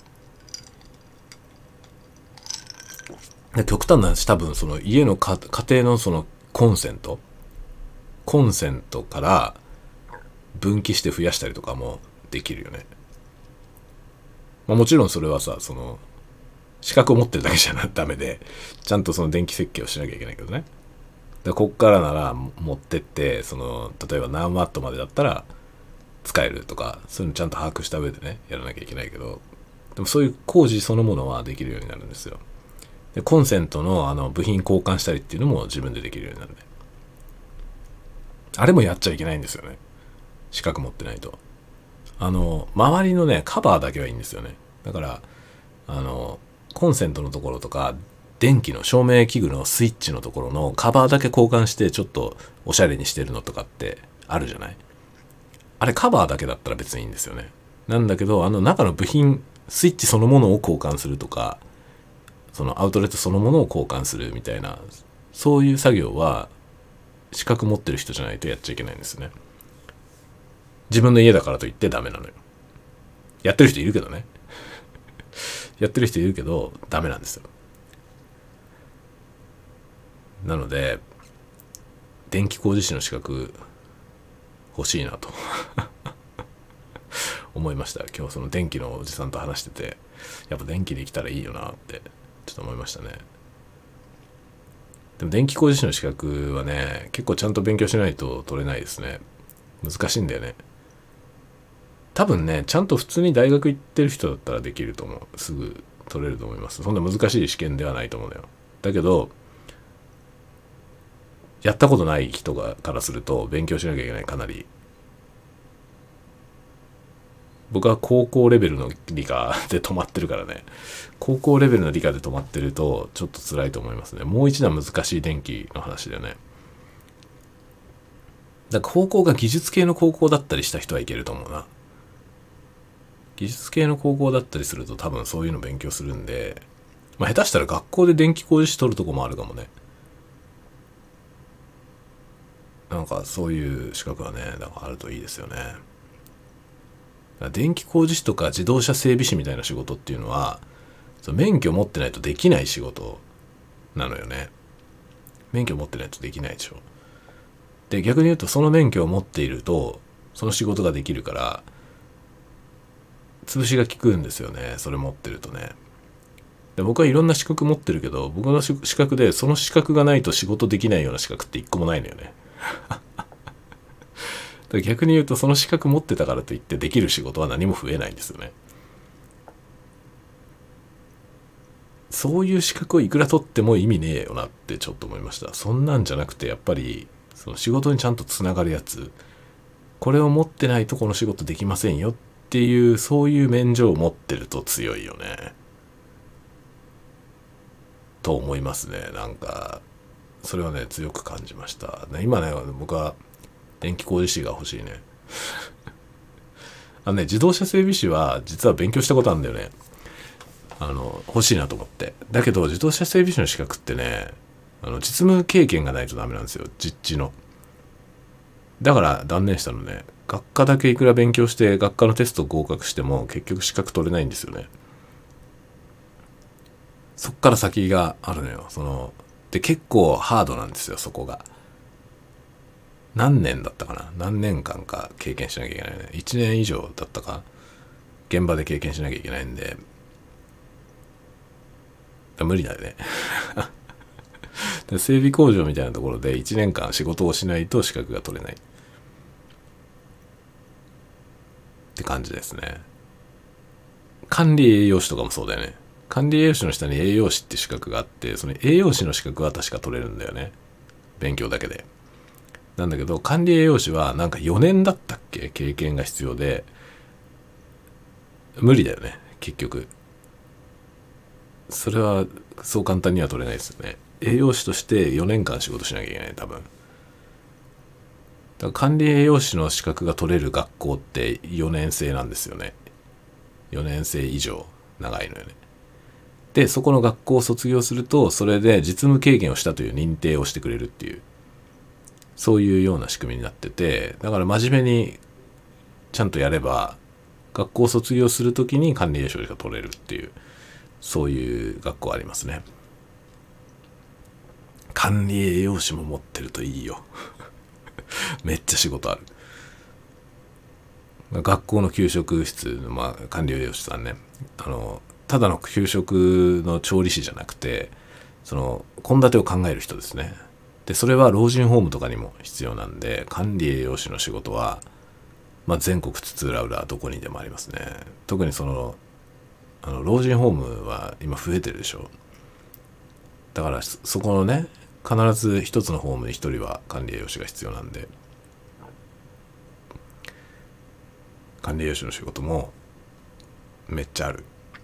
極端な話、多分その家の家庭のそのコンセントから分岐して増やしたりとかもできるよね。もちろんそれはさ、その資格を持ってるだけじゃダメで、ちゃんとその電気設計をしなきゃいけないけどね。こっからなら持ってって、その例えば何ワットまでだったら使えるとか、そういうのちゃんと把握した上でねやらなきゃいけないけど、でもそういう工事そのものはできるようになるんですよ。でコンセントの部品交換したりっていうのも自分でできるようになるね。あれもやっちゃいけないんですよね、資格持ってないと。周りのねカバーだけはいいんですよね。だからコンセントのところとか電気の照明器具のスイッチのところのカバーだけ交換してちょっとおしゃれにしてるのとかってあるじゃない。あれカバーだけだったら別にいいんですよね。なんだけど中の部品スイッチそのものを交換するとか、そのアウトレットそのものを交換するみたいな、そういう作業は資格持ってる人じゃないとやっちゃいけないんですね。自分の家だからといってダメなのよ。やってる人いるけどねやってる人いるけどダメなんですよ。なので電気工事士の資格欲しいなと思いました。今日その電気のおじさんと話してて、やっぱ電気できたらいいよなってちょっと思いましたね。でも電気工事士の資格はね結構ちゃんと勉強しないと取れないですね。難しいんだよね。多分ねちゃんと普通に大学行ってる人だったらできると思う。すぐ取れると思います。そんな難しい試験ではないと思うのよ。だけどやったことない人からすると勉強しなきゃいけない。かなり僕は高校レベルの理科で止まってるからね。高校レベルの理科で止まってるとちょっと辛いと思いますね。もう一段難しい電気の話だよね。だから高校が技術系の高校だったりした人はいけると思うな。技術系の高校だったりすると多分そういうの勉強するんで、まあ下手したら学校で電気工事士取るとこもあるかもね。なんかそういう資格はね、なんかあるといいですよね。電気工事士とか自動車整備士みたいな仕事っていうのは、その免許持ってないとできない仕事なのよね。免許持ってないとできないでしょ。で、逆に言うとその免許を持っていると、その仕事ができるから、潰しが効くんですよね。それ持ってるとね。で僕はいろんな資格持ってるけど、僕の資格でその資格がないと仕事できないような資格って一個もないのよね。逆に言うとその資格持ってたからといってできる仕事は何も増えないんですよね。そういう資格をいくら取っても意味ねえよなってちょっと思いました。そんなんじゃなくてやっぱりその仕事にちゃんとつながるやつ、これを持ってないとこの仕事できませんよっていう、そういう免状を持ってると強いよねと思いますね。なんかそれはね強く感じました。今ね僕は電気工事士が欲しいね。自動車整備士は実は勉強したことあるんだよね。欲しいなと思って。だけど自動車整備士の資格ってね、実務経験がないとダメなんですよ、実地の。だから断念したのね。学科だけいくら勉強して学科のテスト合格しても結局資格取れないんですよね。そっから先があるのよ。で結構ハードなんですよ、そこが。何年だったかな、何年間か経験しなきゃいけないね。1年以上だったか現場で経験しなきゃいけないんで無理だよね。で整備工場みたいなところで1年間仕事をしないと資格が取れないって感じですね。管理栄養士とかもそうだよね。管理栄養士の下に栄養士って資格があって、その栄養士の資格は確か取れるんだよね、勉強だけで。なんだけど管理栄養士はなんか4年だったっけ経験が必要で無理だよね結局。それはそう簡単には取れないですよね。栄養士として4年間仕事しなきゃいけない多分。だから管理栄養士の資格が取れる学校って4年生なんですよね。4年生以上長いのよね。でそこの学校を卒業するとそれで実務経験をしたという認定をしてくれるっていう、そういうような仕組みになってて、だから真面目にちゃんとやれば学校を卒業するときに管理栄養士が取れるっていう、そういう学校ありますね。管理栄養士も持ってるといいよ。めっちゃ仕事ある。学校の給食室の、管理栄養士さんね、ただの給食の調理師じゃなくて、献立を考える人ですね。でそれは老人ホームとかにも必要なんで、管理栄養士の仕事は全国津々浦々どこにでもありますね。特に老人ホームは今増えてるでしょ。だからそこのね、必ず一つのホームに一人は管理栄養士が必要なんで、管理栄養士の仕事もめっちゃある。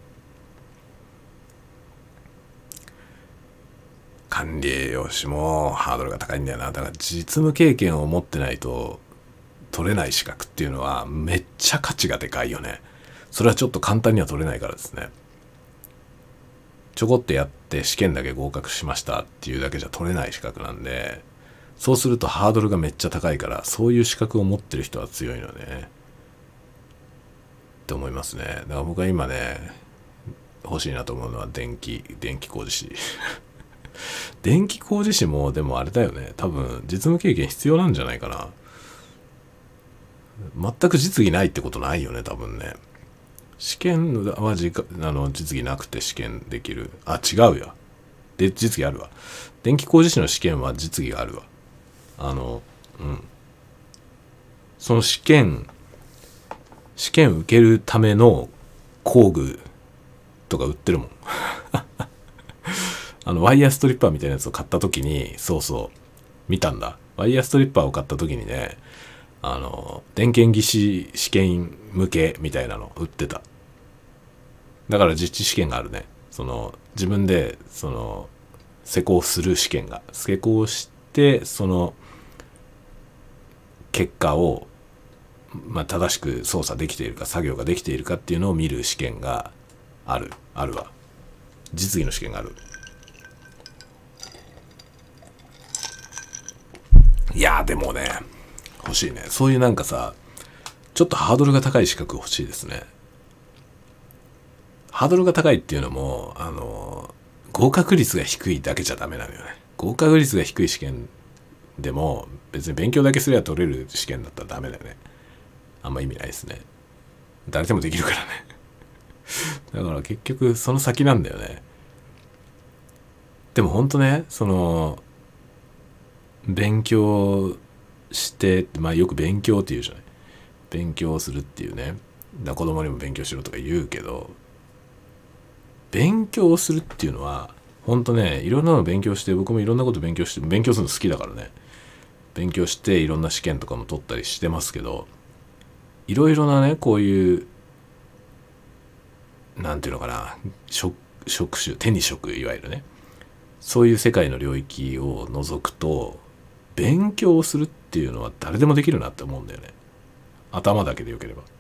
管理栄養士もハードルが高いんだよな。だから実務経験を持ってないと取れない資格っていうのはめっちゃ価値がでかいよね。それはちょっと簡単には取れないからですね。ちょこっとやって試験だけ合格しましたっていうだけじゃ取れない資格なんで、そうするとハードルがめっちゃ高いから、そういう資格を持ってる人は強いのねって思いますね。だから僕は今ね、欲しいなと思うのは電気工事士電気工事士もでもあれだよね、多分実務経験必要なんじゃないかな。全く実技ないってことないよね、多分ね。試験は実技なくて試験できる。あ、違うや。で、実技あるわ。電気工事士の試験は実技があるわ。その試験受けるための工具とか売ってるもん。ワイヤーストリッパーみたいなやつを買った時に、見たんだ。ワイヤーストリッパーを買った時にね、電検技師試験向けみたいなの売ってた。だから実地試験があるね。自分で施工する試験が、施工して結果を正しく操作できているか、作業ができているかっていうのを見る試験があるわ。実技の試験がある。いやでもね、欲しいね。そういうなんかさ、ちょっとハードルが高い資格欲しいですね。ハードルが高いっていうのも、合格率が低いだけじゃダメなのよね。合格率が低い試験でも別に勉強だけすれば取れる試験だったらダメだよね。あんま意味ないですね。誰でもできるからね。だから結局その先なんだよね。でもほんとね、勉強して、よく勉強って言うじゃない。勉強するっていうね。子供にも勉強しろとか言うけど、勉強するっていうのはほんとね、いろんなの勉強して、僕もいろんなこと勉強して、勉強するの好きだからね、勉強していろんな試験とかも取ったりしてますけど、いろいろなね、こういうなんていうのかな、職種、手に職、いわゆるね、そういう世界の領域を除くと、勉強をするっていうのは誰でもできるなって思うんだよね。頭だけでよければ。だ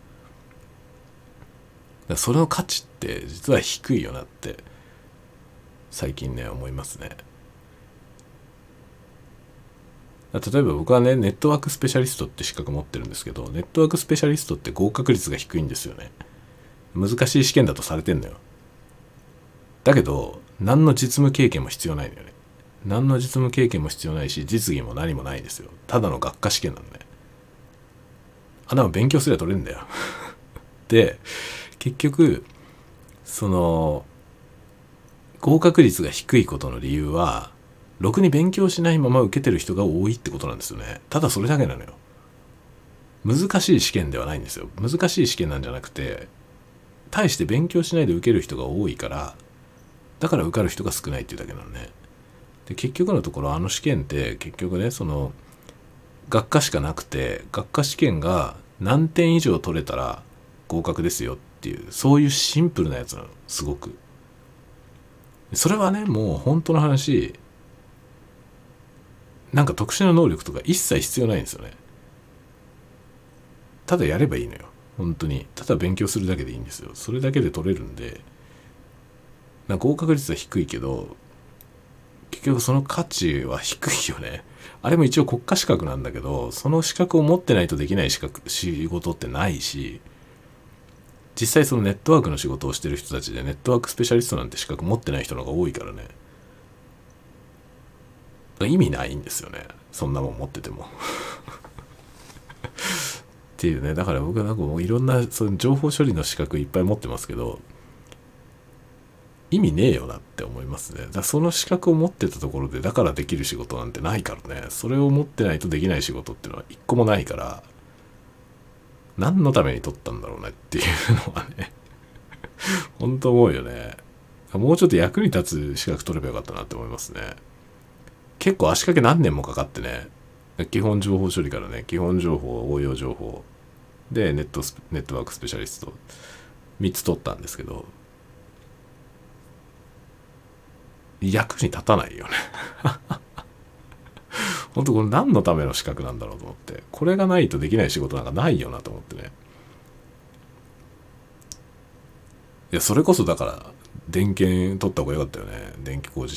からそれの価値って実は低いよなって最近ね思いますね。例えば僕はね、ネットワークスペシャリストって資格持ってるんですけど、ネットワークスペシャリストって合格率が低いんですよね。難しい試験だとされてんのよ。だけど何の実務経験も必要ないのよね。何の実務経験も必要ないし、実技も何もないですよ。ただの学科試験なのね。あんなの勉強すれば取れるんだよ。で、結局合格率が低いことの理由は、ろくに勉強しないまま受けてる人が多いってことなんですよね。ただそれだけなのよ。難しい試験ではないんですよ。難しい試験なんじゃなくて、対して勉強しないで受ける人が多いから、だから受かる人が少ないっていうだけなのね。で、結局のところ試験って結局ね、学科しかなくて、学科試験が何点以上取れたら合格ですよっていう、そういうシンプルなやつなの、すごく。それはね、もう本当の話、なんか特殊な能力とか一切必要ないんですよね。ただやればいいのよ。本当に。ただ勉強するだけでいいんですよ。それだけで取れるんで、合格率は低いけど、結局その価値は低いよね。あれも一応国家資格なんだけど、その資格を持ってないとできない仕事ってないし、実際ネットワークの仕事をしてる人たちでネットワークスペシャリストなんて資格持ってない人の方が多いからね。意味ないんですよね。そんなもん持ってても。っていうね。だから僕はもういろんな情報処理の資格いっぱい持ってますけど、意味ねえよなって思いますね。だからその資格を持ってたところでだからできる仕事なんてないからね。それを持ってないとできない仕事っていうのは一個もないから、 何のために取ったんだろうねっていうのはね本当思うよね。もうちょっと役に立つ資格取ればよかったなって思いますね。結構足掛け何年もかかってね、基本情報処理からね、基本情報、応用情報でネットワークスペシャリスト3つ取ったんですけど、役に立たないよね本当これ何のための資格なんだろうと思って、これがないとできない仕事なんかないよなと思ってね。いやそれこそだから電検取った方がよかったよね。電気工事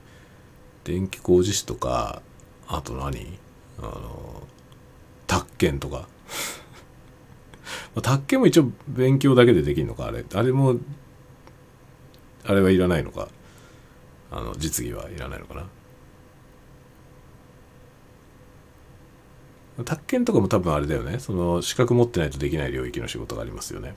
士とか、あと何、宅建とか宅建も一応勉強だけでできるのか、あれはいらないのか、実技はいらないのかな。宅建とかも多分あれだよね、その資格持ってないとできない領域の仕事がありますよね。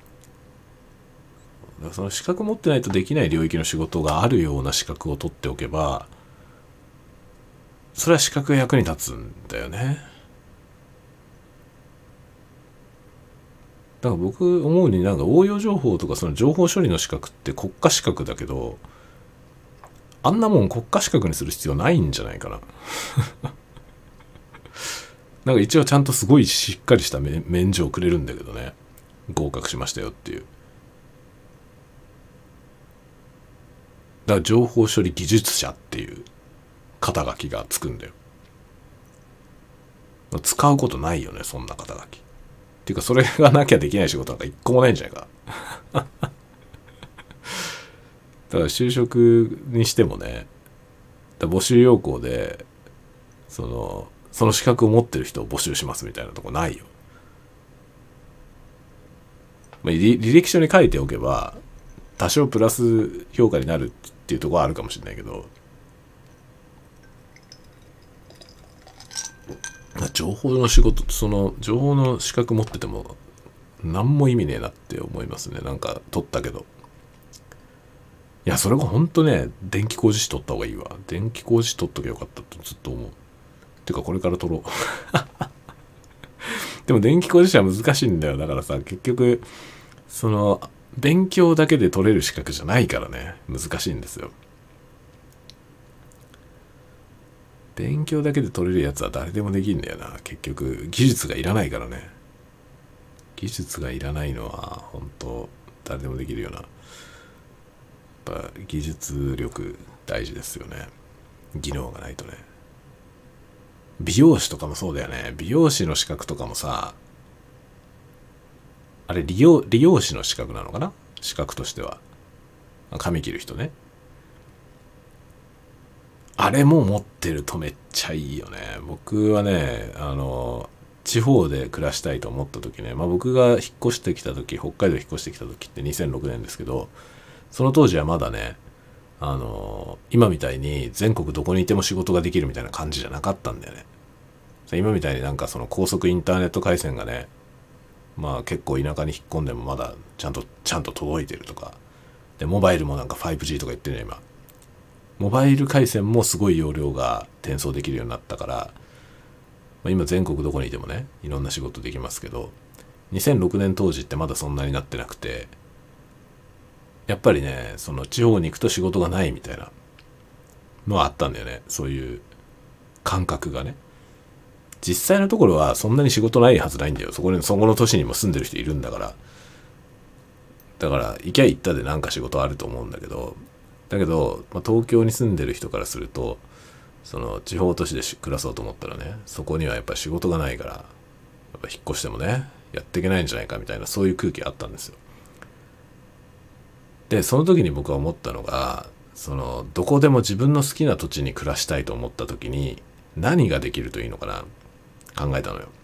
だからその資格持ってないとできない領域の仕事があるような資格を取っておけば、それは資格が役に立つんだよね。だから僕思うに、なんか応用情報とかその情報処理の資格って国家資格だけど、あんなもん国家資格にする必要ないんじゃないかななんか一応ちゃんとすごいしっかりした免状をくれるんだけどね、合格しましたよっていう。だから情報処理技術者っていう肩書きがつくんだよ。使うことないよね、そんな肩書き。っていうかそれがなきゃできない仕事なんか一個もないんじゃないかだから就職にしてもね、募集要項でその資格を持ってる人を募集しますみたいなとこないよ。履歴書に書いておけば多少プラス評価になるっていうところはあるかもしれないけど、情報の仕事、その情報の資格持ってても何も意味ねえなって思いますね。なんか取ったけど、いやそれがほんとね、電気工事士取った方がいいわ。電気工事士取っとけばよかったとずっと思う。てかこれから取ろうでも電気工事士は難しいんだよ。だからさ、結局その勉強だけで取れる資格じゃないからね、難しいんですよ。勉強だけで取れるやつは誰でもできるんだよな。結局技術がいらないからね。技術がいらないのは本当誰でもできるような。やっぱ技術力大事ですよね。技能がないとね。美容師とかもそうだよね。美容師の資格とかもさ、あれ理容師の資格なのかな、資格としては。髪切る人ね。あれも持ってるとめっちゃいいよね。僕はね、地方で暮らしたいと思った時ね、僕が引っ越してきた時、北海道引っ越してきた時って2006年ですけど、その当時はまだね、今みたいに全国どこにいても仕事ができるみたいな感じじゃなかったんだよね。今みたいになんかその高速インターネット回線がね、結構田舎に引っ込んでもまだちゃんと届いてるとか。で、モバイルもなんか 5G とか言ってるね、今。モバイル回線もすごい容量が転送できるようになったから、今全国どこにいてもね、いろんな仕事できますけど、2006年当時ってまだそんなになってなくて、やっぱりね、その地方に行くと仕事がないみたいなのはあったんだよね。そういう感覚がね。実際のところはそんなに仕事ないはずないんだよ。そこの都市にも住んでる人いるんだから。だから行きゃ行ったでなんか仕事あると思うんだけど、東京に住んでる人からすると、その地方都市で暮らそうと思ったらね、そこにはやっぱり仕事がないから、やっぱ引っ越してもね、やっていけないんじゃないかみたいな、そういう空気あったんですよ。で、その時に僕は思ったのが、どこでも自分の好きな土地に暮らしたいと思った時に、何ができるといいのかな、考えたのよ。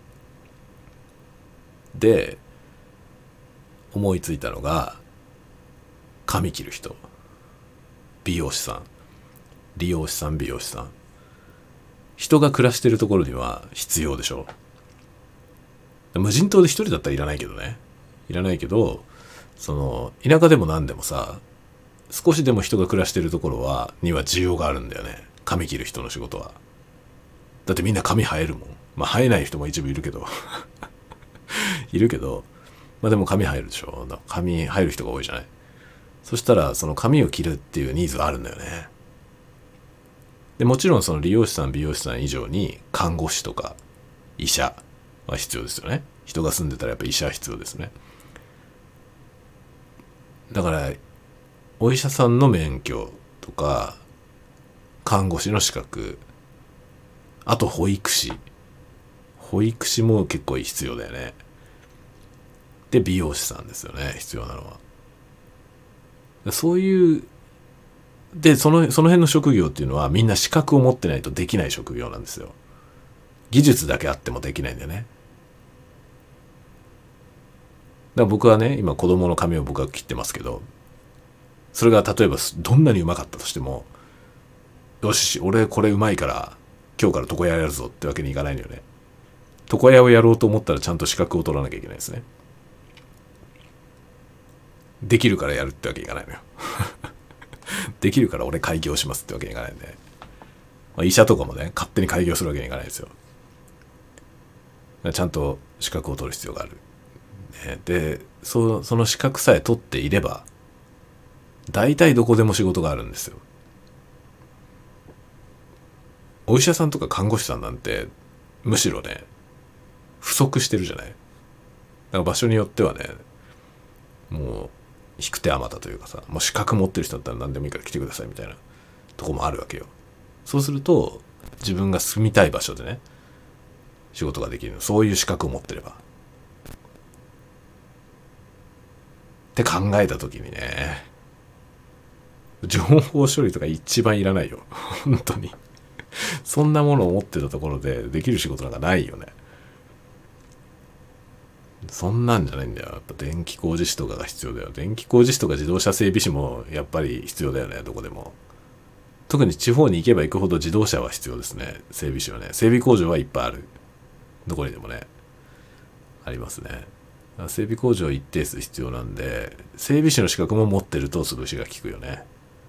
で、思いついたのが、髪切る人、美容師さん、理容師さん、美容師さん。人が暮らしてるところには必要でしょ。無人島で一人だったらいらないけどね。いらないけど、田舎でも何でもさ、少しでも人が暮らしてるところには需要があるんだよね。髪切る人の仕事は。だってみんな髪生えるもん。生えない人も一部いるけどいるけど、まあでも紙入るでしょ。紙入る人が多いじゃない。そしたらその髪を切るっていうニーズがあるんだよね。でもちろんその理容師さん美容師さん以上に看護師とか医者は必要ですよね。人が住んでたらやっぱ医者は必要ですね。だからお医者さんの免許とか看護師の資格、あと保育士も結構必要だよね。で美容師さんですよね、必要なのは。そういうでその辺の職業っていうのはみんな資格を持ってないとできない職業なんですよ。技術だけあってもできないんだよね。だから僕はね、今子供の髪を僕は切ってますけど、それが例えばどんなにうまかったとしても、よし俺これうまいから今日から床屋やるぞってわけにいかないのよね。床屋をやろうと思ったらちゃんと資格を取らなきゃいけないですね。できるからやるってわけいかないのよ。できるから俺開業しますってわけにいかないんで、まあ、医者とかもね勝手に開業するわけにいかないですよ。ちゃんと資格を取る必要がある。でその資格さえ取っていれば大体どこでも仕事があるんですよ。お医者さんとか看護師さんなんてむしろね不足してるじゃない。だから場所によってはね、もう引く手あまたというかさ、もう資格持ってる人だったら何でもいいから来てくださいみたいなとこもあるわけよ。そうすると自分が住みたい場所でね仕事ができるの、そういう資格を持ってればって考えた時にね、情報処理とか一番いらないよ本当に。そんなものを持ってたところでできる仕事なんかないよね。そんなんじゃないんだよ。やっぱ電気工事士とかが必要だよ。電気工事士とか自動車整備士もやっぱり必要だよね、どこでも。特に地方に行けば行くほど自動車は必要ですね。整備士はね。整備工場はいっぱいある。どこにでもねありますね。整備工場一定数必要なんで、整備士の資格も持ってると潰しが効くよね。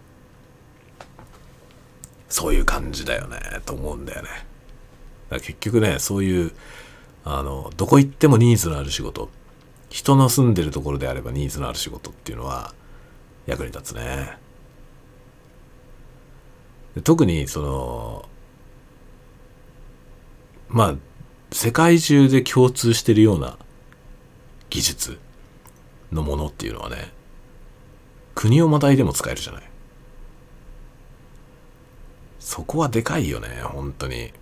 そういう感じだよねと思うんだよね。だから結局ね、そういうどこ行ってもニーズのある仕事、人の住んでるところであればニーズのある仕事っていうのは役に立つね。で特にまあ世界中で共通してるような技術のものっていうのはね、国をまたいでも使えるじゃない。そこはでかいよね本当に。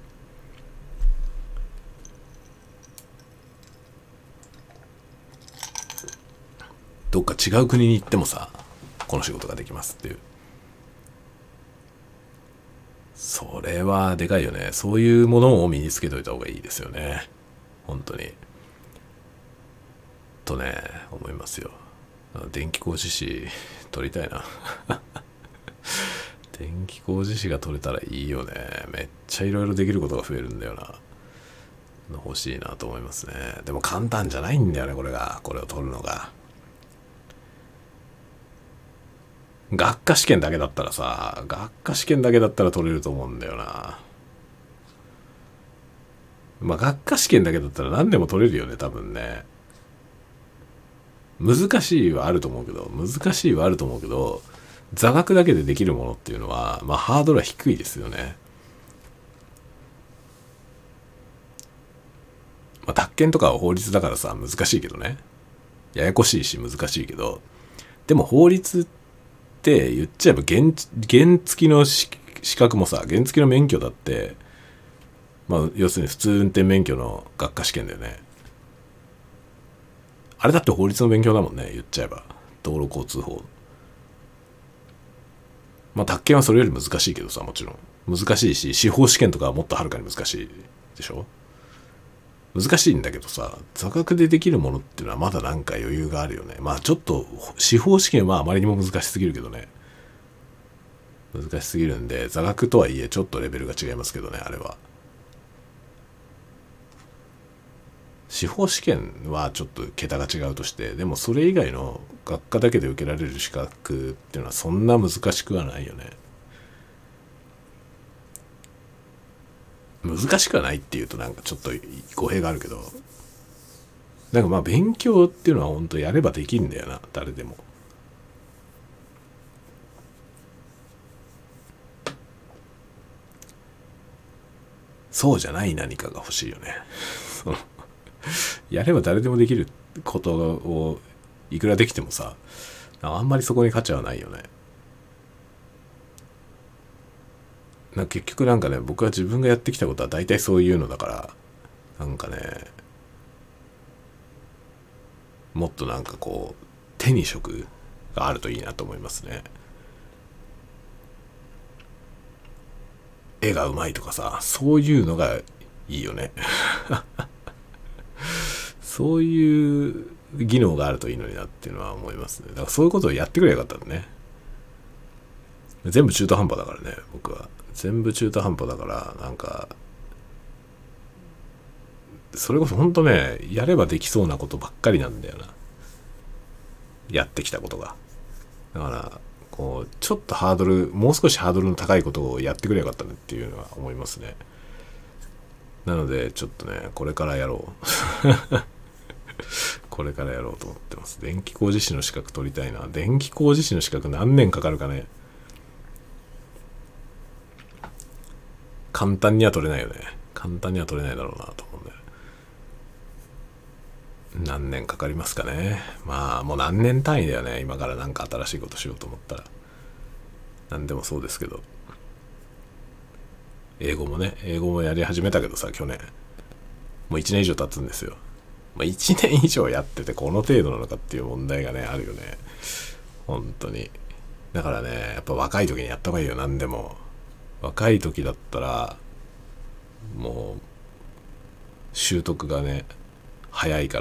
どっか違う国に行ってもさ、この仕事ができますっていう、それはでかいよね。そういうものを身につけといた方がいいですよね本当にとね思いますよ。電気工事士取りたいな電気工事士が取れたらいいよね。めっちゃいろいろできることが増えるんだよな。欲しいなと思いますね。でも簡単じゃないんだよねこれを取るのが。学科試験だけだったら取れると思うんだよな。まあ学科試験だけだったら何でも取れるよね多分ね。難しいはあると思うけど座学だけでできるものっていうのはまあハードルは低いですよね。まあ宅建とかは法律だからさ難しいけどね、ややこしいし難しいけど、でも法律って言っちゃえば原付の資格もさ、原付の免許だってまあ要するに普通運転免許の学科試験だよね。あれだって法律の勉強だもんね言っちゃえば。道路交通法。まあ宅建はそれより難しいけどさ、もちろん難しいし、司法試験とかはもっとはるかに難しいでしょ。難しいんだけどさ、座学でできるものっていうのはまだなんか余裕があるよね。まあちょっと司法試験はあまりにも難しすぎるけどね、難しすぎるんで座学とはいえちょっとレベルが違いますけどね。あれは司法試験はちょっと桁が違うとして、でもそれ以外の学科だけで受けられる資格っていうのはそんな難しくはないよね。難しくはないっていうとなんかちょっと語弊があるけど、 なんかまあ勉強っていうのは本当やればできるんだよな、誰でも。そうじゃない何かが欲しいよね。そのやれば誰でもできることをいくらできてもさ、あんまりそこに価値はないよね。結局なんかね、僕は自分がやってきたことは大体そういうのだから、なんかね、もっとなんかこう手に職があるといいなと思いますね。絵がうまいとかさ、そういうのがいいよね。そういう技能があるといいのになっていうのは思いますね。だからそういうことをやってくればよかったんだね。全部中途半端だからね、僕は。全部中途半端だから、なんか、それこそ本当ね、やればできそうなことばっかりなんだよな。やってきたことが。だから、こう、ちょっとハードル、もう少しハードルの高いことをやってくればよかったねっていうのは思いますね。なので、ちょっとね、これからやろう。これからやろうと思ってます。電気工事士の資格取りたいな。電気工事士の資格何年かかるかね。簡単には取れないよね。簡単には取れないだろうなと思うんで。何年かかりますかね。まあもう何年単位だよね。今からなんか新しいことしようと思ったら。何でもそうですけど。英語もやり始めたけどさ、去年。もう1年以上経つんですよ。まあ、1年以上やっててこの程度なのかっていう問題がね、あるよね。本当に。だからね、やっぱ若い時にやった方がいいよ、何でも。若い時だったら、もう、習得がね、早いから。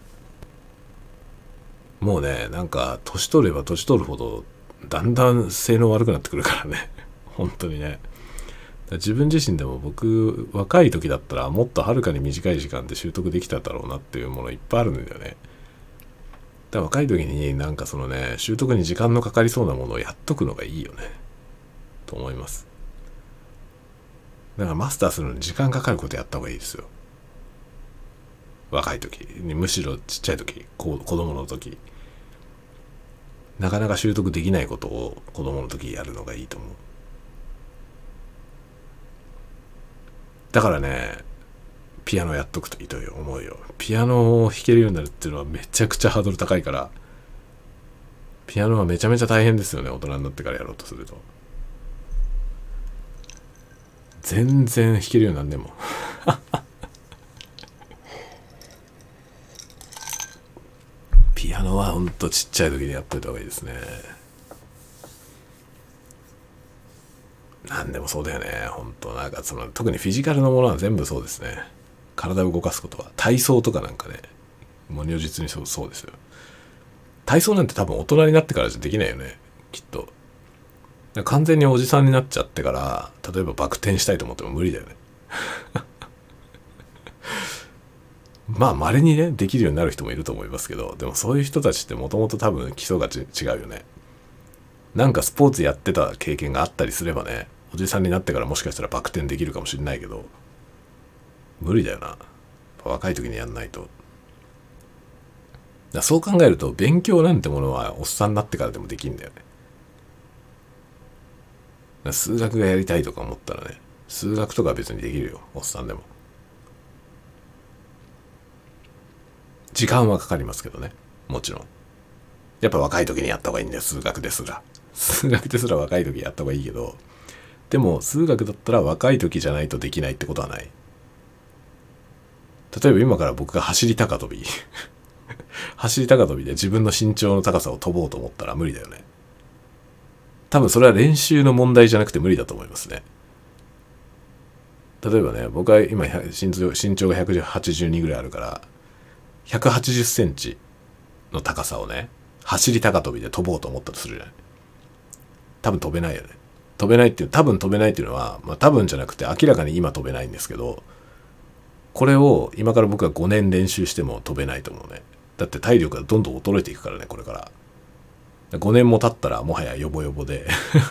もうね、なんか、年取れば年取るほど、だんだん性能悪くなってくるからね。本当にね。自分自身でも僕、若い時だったらもっとはるかに短い時間で習得できただろうなっていうものいっぱいあるんだよね。だから若い時になんかそのね、習得に時間のかかりそうなものをやっとくのがいいよね。と思います。だからマスターするのに時間かかることやった方がいいですよ。若い時に、むしろちっちゃい時、子供の時。なかなか習得できないことを子供の時やるのがいいと思う。だからね、ピアノやっとくといいと思うよ。ピアノを弾けるようになるっていうのはめちゃくちゃハードル高いから、ピアノはめちゃめちゃ大変ですよね、大人になってからやろうとすると。全然弾けるようになんでも。ピアノはほんとちっちゃい時にやっといた方がいいですね。なんでもそうだよね。本当なんかその特にフィジカルのものは全部そうですね。体を動かすことは体操とかなんかね、もう如実にそうですよ。体操なんて多分大人になってからじゃできないよね、きっと。完全におじさんになっちゃってから例えばバク転したいと思っても無理だよね。まあ稀にねできるようになる人もいると思いますけど、でもそういう人たちってもともと多分基礎が違うよね。なんかスポーツやってた経験があったりすればね、おじさんになってからもしかしたらバク転できるかもしれないけど、無理だよな。若い時にやんないと。そう考えると勉強なんてものはおっさんになってからでもできるんだよね。数学がやりたいとか思ったらね、数学とかは別にできるよ、おっさんでも。時間はかかりますけどね、もちろん。やっぱ若い時にやった方がいいんだよ、数学ですら。数学ですら若い時やった方がいいけど、でも数学だったら若い時じゃないとできないってことはない。例えば今から僕が走り高跳び走り高跳びで自分の身長の高さを飛ぼうと思ったら無理だよね。多分それは練習の問題じゃなくて無理だと思いますね。例えばね、僕は今身長が182ぐらいあるから180センチの高さをね、走り高跳びで飛ぼうと思ったとするじゃない。多分飛べないよね。多分飛べないっていうのは、まあ多分じゃなくて明らかに今飛べないんですけど、これを今から僕が5年練習しても飛べないと思うね。だって体力がどんどん衰えていくからね、これから。5年も経ったらもはやヨボヨボで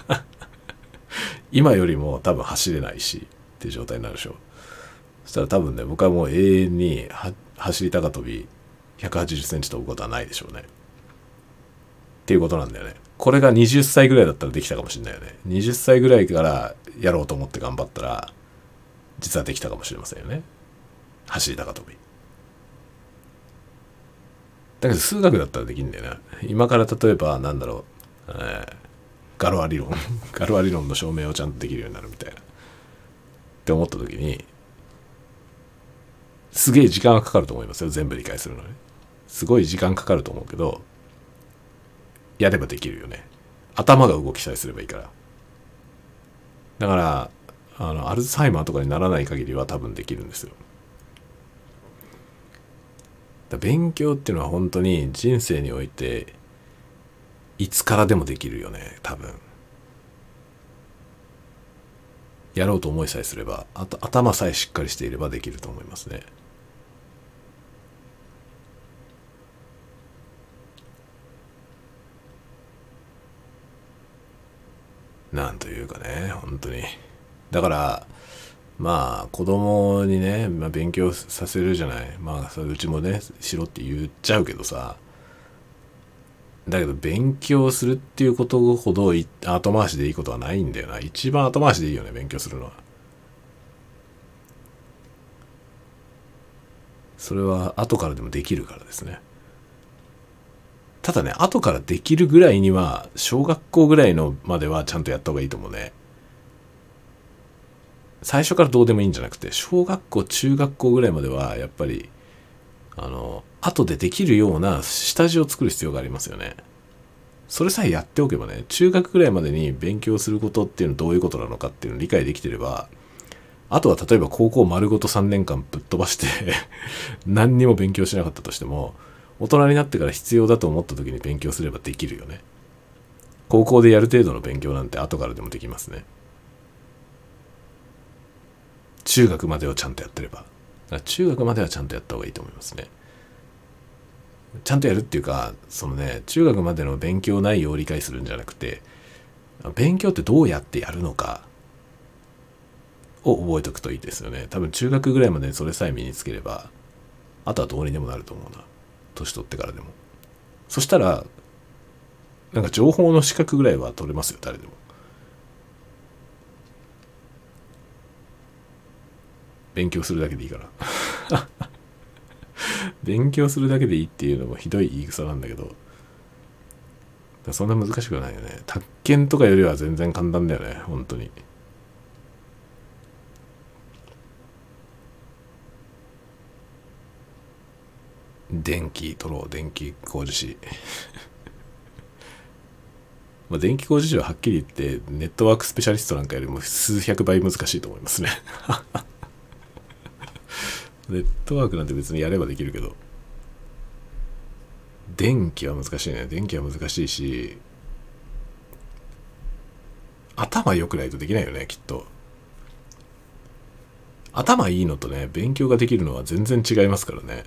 今よりも多分走れないしっていう状態になるでしょ。そしたら多分ね、僕はもう永遠に走り高跳び 180センチ飛ぶことはないでしょうね。っていうことなんだよね。これが20歳ぐらいだったらできたかもしれないよね。20歳ぐらいからやろうと思って頑張ったら、実はできたかもしれませんよね。走り高跳び。だけど数学だったらできるんだよな。今から例えばなんだろう、ガロア理論ガロア理論の証明をちゃんとできるようになるみたいなって思った時に、すげえ時間がかかると思いますよ。全部理解するのにすごい時間かかると思うけど、やればできるよね。頭が動きさえすればいいから。だからアルツハイマーとかにならない限りは多分できるんですよ。勉強っていうのは本当に人生においていつからでもできるよね。多分やろうと思いさえすれば、頭さえしっかりしていればできると思いますね。なんというかね、本当に。だからまあ子供にね、勉強させるじゃない。まあそれうちもねしろって言っちゃうけどさ、だけど勉強するっていうことほど後回しでいいことはないんだよな。一番後回しでいいよね、勉強するのは。それは後からでもできるからですね。ただね、後からできるぐらいには小学校ぐらいのまではちゃんとやった方がいいと思うね。最初からどうでもいいんじゃなくて、小学校中学校ぐらいまではやっぱり後でできるような下地を作る必要がありますよね。それさえやっておけばね、中学ぐらいまでに勉強することっていうのはどういうことなのかっていうのを理解できてれば、あとは例えば高校丸ごと3年間ぶっ飛ばして何にも勉強しなかったとしても、大人になってから必要だと思った時に勉強すればできるよね。高校でやる程度の勉強なんて後からでもできますね。中学までをちゃんとやってれば。中学まではちゃんとやった方がいいと思いますね。ちゃんとやるっていうか、そのね、中学までの勉強内容を理解するんじゃなくて、勉強ってどうやってやるのかを覚えておくといいですよね。多分中学ぐらいまでそれさえ身につければ、あとはどうにでもなると思うな。年取ってからでも。そしたら、なんか情報の資格ぐらいは取れますよ、誰でも。勉強するだけでいいから勉強するだけでいいっていうのもひどい言い草なんだけど、そんな難しくはないよね。宅建とかよりは全然簡単だよね、本当に。電気取ろう、電気工事士まあ電気工事士ははっきり言ってネットワークスペシャリストなんかよりも数百倍難しいと思いますねネットワークなんて別にやればできるけど、電気は難しいね。電気は難しいし、頭良くないとできないよね、きっと。頭いいのとね、勉強ができるのは全然違いますからね。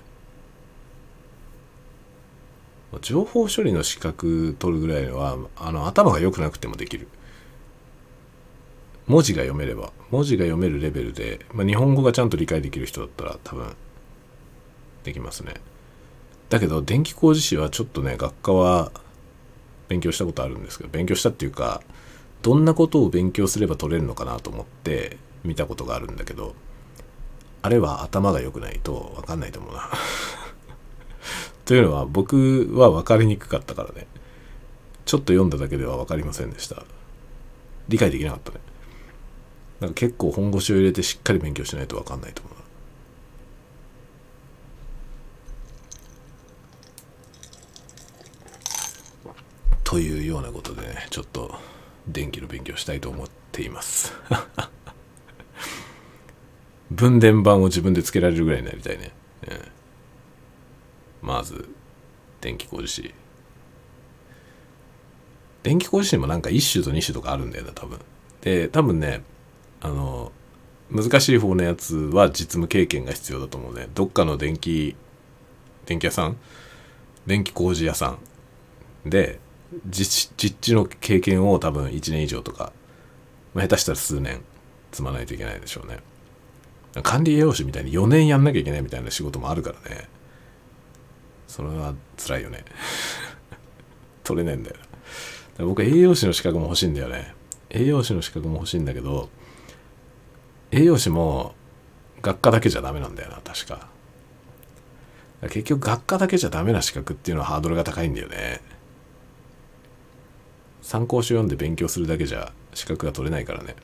情報処理の資格取るぐらいは頭が良くなくてもできる。文字が読めれば、文字が読めるレベルで、日本語がちゃんと理解できる人だったら多分できますね。だけど電気工事士はちょっとね、学科は勉強したことあるんですけど、勉強したっていうか、どんなことを勉強すれば取れるのかなと思って見たことがあるんだけど、あれは頭が良くないと分かんないと思うなというのは僕は分かりにくかったからね。ちょっと読んだだけでは分かりませんでした。理解できなかったね。なんか結構本腰を入れてしっかり勉強しないと分かんないと思うな。というようなことでね、ちょっと電気の勉強したいと思っています分電盤を自分でつけられるぐらいになりたいね、まず電気工事士。電気工事士もなんか1種と2種とかあるんだよな、多分。で、多分ね、難しい方のやつは実務経験が必要だと思うね。どっかの電気屋さん、電気工事屋さんで実地の経験を多分1年以上とか、下手したら数年積まないといけないでしょうね。管理栄養士みたいに4年やんなきゃいけないみたいな仕事もあるからね。 それは辛いよね取れねえんだよ。だから僕は栄養士の資格も欲しいんだよね。栄養士の資格も欲しいんだけど、栄養士も学科だけじゃダメなんだよな、確か。結局学科だけじゃダメな資格っていうのはハードルが高いんだよね。参考書読んで勉強するだけじゃ資格が取れないからね。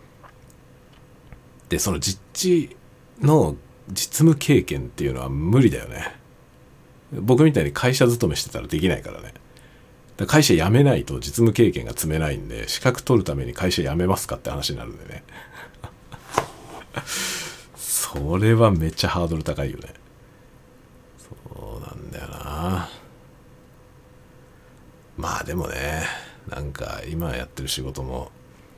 で、その実地の実務経験っていうのは無理だよね。僕みたいに会社勤めしてたらできないからね。だから会社辞めないと実務経験が積めないんで、資格取るために会社辞めますかって話になるんでねそれはめっちゃハードル高いよね。そうなんだよな。まあでもね、なんか今やってる仕事も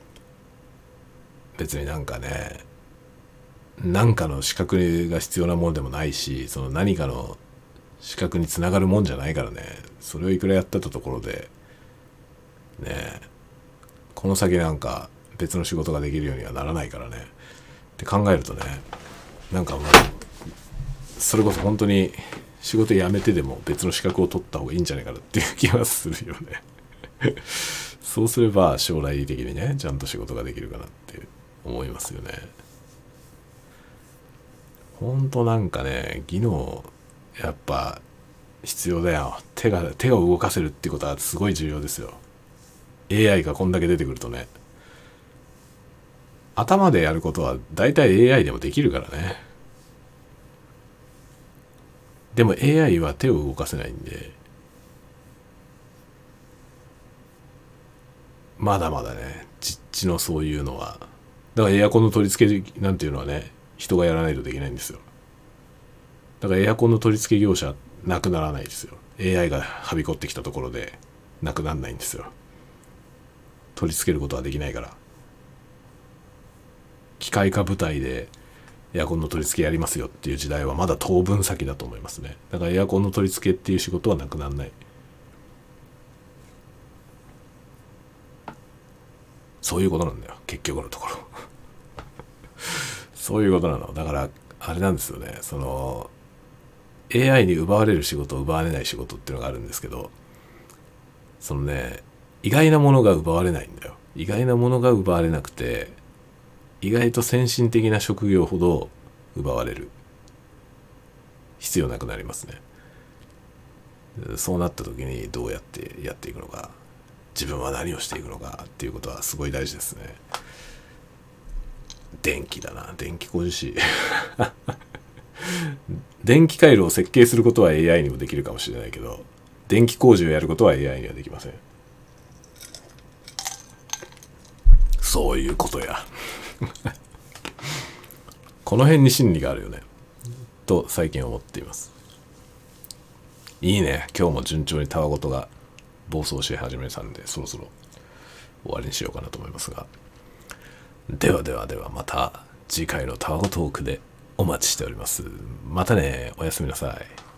別になんかね、何かの資格が必要なものでもないし、その何かの資格につながるもんじゃないからね。それをいくらやってたところでね、この先なんか別の仕事ができるようにはならないからねって考えるとね、なんかもうそれこそ本当に仕事辞めてでも別の資格を取った方がいいんじゃないかなっていう気はするよねそうすれば将来的にね、ちゃんと仕事ができるかなって思いますよね。ほんとなんかね、技能やっぱ必要だよ。手が動かせるってことはすごい重要ですよ。 AI がこんだけ出てくるとね、頭でやることは大体 AI でもできるからね。でも AI は手を動かせないんで、まだまだね、実地のそういうのは、だからエアコンの取り付けなんていうのはね、人がやらないとできないんですよ。だからエアコンの取り付け業者なくならないですよ。 AI がはびこってきたところでなくならないんですよ。取り付けることはできないから。機械化部隊でエアコンの取り付けやりますよっていう時代はまだ当分先だと思いますね。だからエアコンの取り付けっていう仕事はなくならない。そういうことなんだよ、結局のところそういうことなの。だからあれなんですよね、その AI に奪われる仕事、奪われない仕事っていうのがあるんですけど、そのね、意外なものが奪われないんだよ。意外なものが奪われなくて、意外と先進的な職業ほど奪われる必要なくなりますね。そうなった時にどうやってやっていくのか、自分は何をしていくのかっていうことはすごい大事ですね。電気だな、電気工事士電気回路を設計することは AI にもできるかもしれないけど、電気工事をやることは AI にはできません。そういうことやこの辺に真理があるよねと最近思っています。いいね、今日も順調にたわごとが暴走し始めたんで、そろそろ終わりにしようかなと思いますが、ではまた次回のたわごトークでお待ちしております。またね、おやすみなさい。